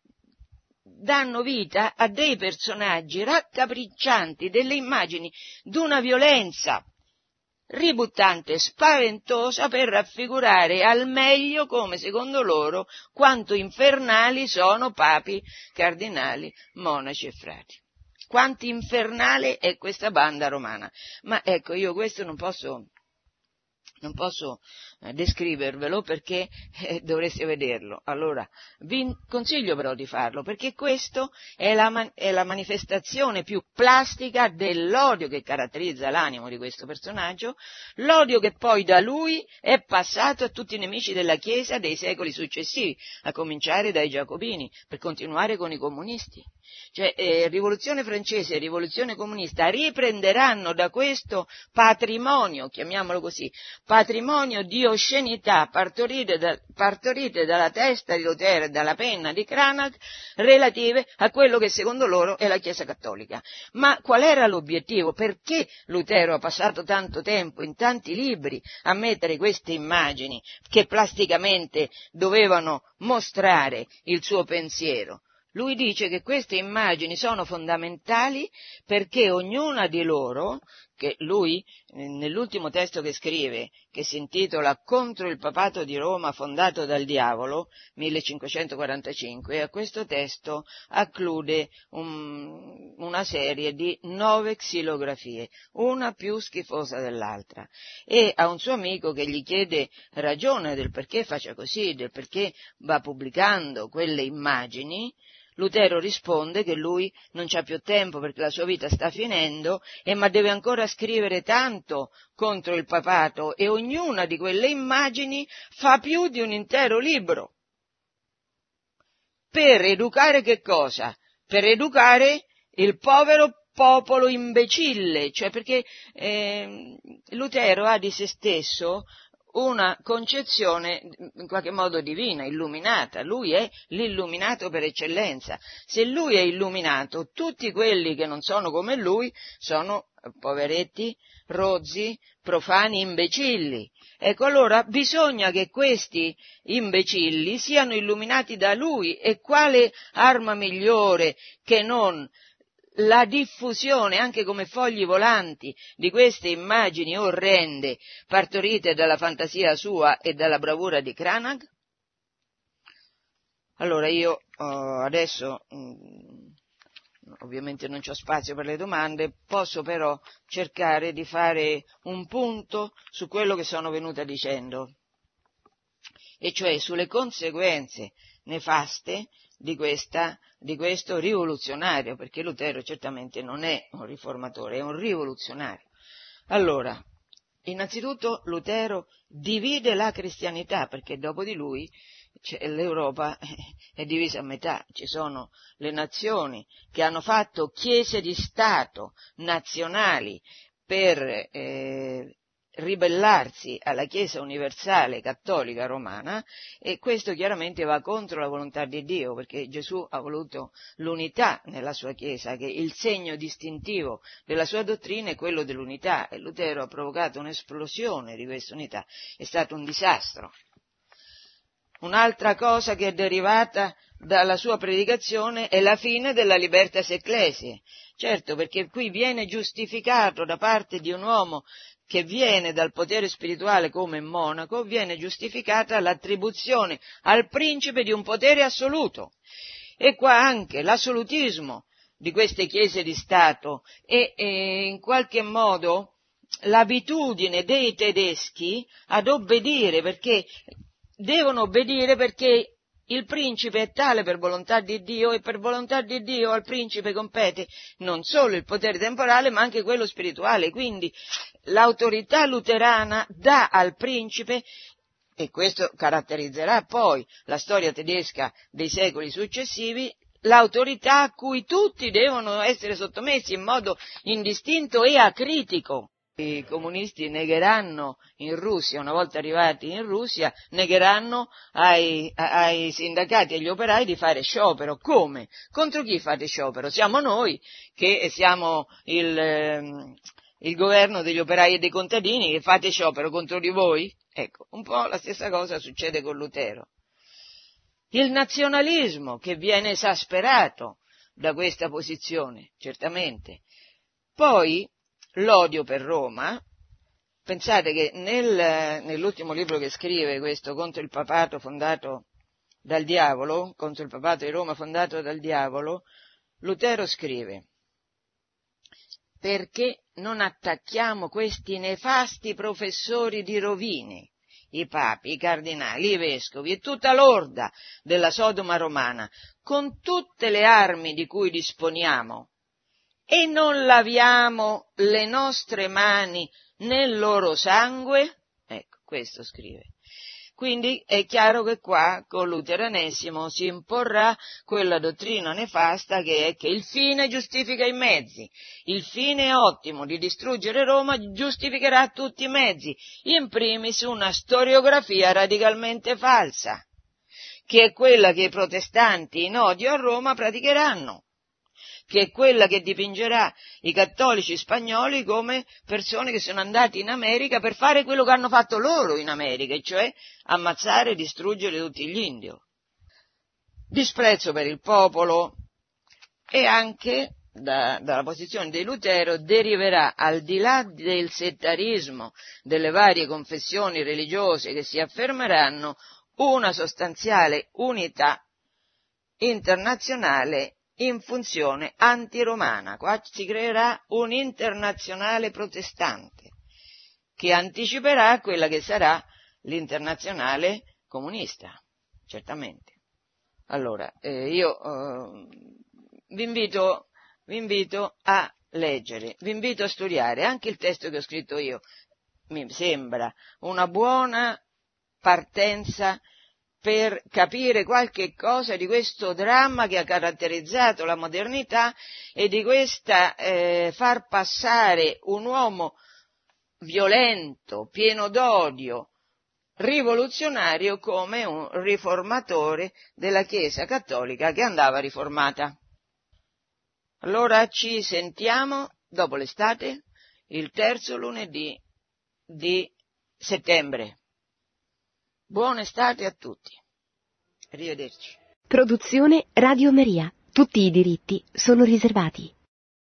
danno vita a dei personaggi raccapriccianti, delle immagini d'una violenza ributtante, spaventosa, per raffigurare al meglio come, secondo loro, quanto infernali sono papi, cardinali, monaci e frati. Quanto infernale è questa banda romana. Ma ecco, io questo non posso... Non posso eh, descrivervelo perché eh, dovreste vederlo. Allora, vi consiglio però di farlo, perché questo è la, man- è la manifestazione più plastica dell'odio che caratterizza l'animo di questo personaggio, l'odio che poi da lui è passato a tutti i nemici della Chiesa dei secoli successivi, a cominciare dai Giacobini, per continuare con i comunisti. Cioè, eh, rivoluzione francese e rivoluzione comunista riprenderanno da questo patrimonio, chiamiamolo così, patrimonio di oscenità partorite, da, partorite dalla testa di Lutero e dalla penna di Cranach, relative a quello che secondo loro è la Chiesa Cattolica. Ma qual era l'obiettivo? Perché Lutero ha passato tanto tempo in tanti libri a mettere queste immagini che plasticamente dovevano mostrare il suo pensiero? Lui dice che queste immagini sono fondamentali perché ognuna di loro, che lui nell'ultimo testo che scrive, che si intitola Contro il papato di Roma fondato dal diavolo, millecinquecentoquarantacinque, a questo testo acclude un, una serie di nove xilografie, una più schifosa dell'altra, e a un suo amico che gli chiede ragione del perché faccia così, del perché va pubblicando quelle immagini, Lutero risponde che lui non c'ha più tempo perché la sua vita sta finendo, e ma deve ancora scrivere tanto contro il papato, e ognuna di quelle immagini fa più di un intero libro. Per educare che cosa? Per educare il povero popolo imbecille, cioè perché eh, Lutero ha di se stesso una concezione in qualche modo divina, illuminata. Lui è l'illuminato per eccellenza. Se lui è illuminato, tutti quelli che non sono come lui sono poveretti, rozzi, profani, imbecilli. Ecco, allora bisogna che questi imbecilli siano illuminati da lui, e quale arma migliore che non la diffusione anche come fogli volanti di queste immagini orrende partorite dalla fantasia sua e dalla bravura di Cranach? Allora io oh, adesso mh, ovviamente non c'ho spazio per le domande, posso però cercare di fare un punto su quello che sono venuta dicendo, e cioè sulle conseguenze nefaste di, questa, di questo rivoluzionario, perché Lutero certamente non è un riformatore, è un rivoluzionario. Allora, innanzitutto Lutero divide la cristianità, perché dopo di lui cioè, l'Europa è divisa a metà, ci sono le nazioni che hanno fatto chiese di Stato nazionali per eh, ribellarsi alla Chiesa universale cattolica romana, e questo chiaramente va contro la volontà di Dio, perché Gesù ha voluto l'unità nella sua Chiesa, che il segno distintivo della sua dottrina è quello dell'unità, e Lutero ha provocato un'esplosione di questa unità, è stato un disastro. Un'altra cosa che è derivata dalla sua predicazione è la fine della libertas ecclesiae. Certo, perché qui viene giustificato da parte di un uomo che viene dal potere spirituale come monaco, viene giustificata l'attribuzione al principe di un potere assoluto. E qua anche l'assolutismo di queste chiese di Stato e, e in qualche modo l'abitudine dei tedeschi ad obbedire, perché devono obbedire perché il principe è tale per volontà di Dio, e per volontà di Dio al principe compete non solo il potere temporale ma anche quello spirituale. Quindi l'autorità luterana dà al principe, e questo caratterizzerà poi la storia tedesca dei secoli successivi, l'autorità a cui tutti devono essere sottomessi in modo indistinto e acritico. I comunisti negheranno in Russia, una volta arrivati in Russia, negheranno ai, ai sindacati e agli operai di fare sciopero. Come? Contro chi fate sciopero? Siamo noi, che siamo il, il governo degli operai e dei contadini, che fate sciopero contro di voi? Ecco, un po' la stessa cosa succede con Lutero. Il nazionalismo che viene esasperato da questa posizione, certamente. Poi, l'odio per Roma. Pensate che nel, nell'ultimo libro che scrive, questo contro il papato fondato dal diavolo, contro il papato di Roma fondato dal diavolo, Lutero scrive: perché non attacchiamo questi nefasti professori di rovine, i papi, i cardinali, i vescovi e tutta l'orda della Sodoma romana, con tutte le armi di cui disponiamo, e non laviamo le nostre mani nel loro sangue? Ecco, questo scrive. Quindi è chiaro che qua con l'luteranesimo si imporrà quella dottrina nefasta che è che il fine giustifica i mezzi. Il fine ottimo di distruggere Roma giustificherà tutti i mezzi, in primis una storiografia radicalmente falsa, che è quella che i protestanti in odio a Roma praticheranno, che è quella che dipingerà i cattolici spagnoli come persone che sono andati in America per fare quello che hanno fatto loro in America, e cioè ammazzare e distruggere tutti gli indios. Disprezzo per il popolo, e anche da, dalla posizione di Lutero deriverà, al di là del settarismo delle varie confessioni religiose che si affermeranno, una sostanziale unità internazionale in funzione antiromana. Qua si creerà un'internazionale protestante che anticiperà quella che sarà l'internazionale comunista, certamente. Allora, eh, io eh, vi invito, vi invito a leggere, vi invito a studiare anche il testo che ho scritto io. Mi sembra una buona partenza per capire qualche cosa di questo dramma che ha caratterizzato la modernità e di questa eh, far passare un uomo violento, pieno d'odio, rivoluzionario come un riformatore della Chiesa cattolica che andava riformata. Allora ci sentiamo dopo l'estate, il terzo lunedì di settembre. Buona estate a tutti. Arrivederci. Produzione Radio Maria. Tutti i diritti sono riservati.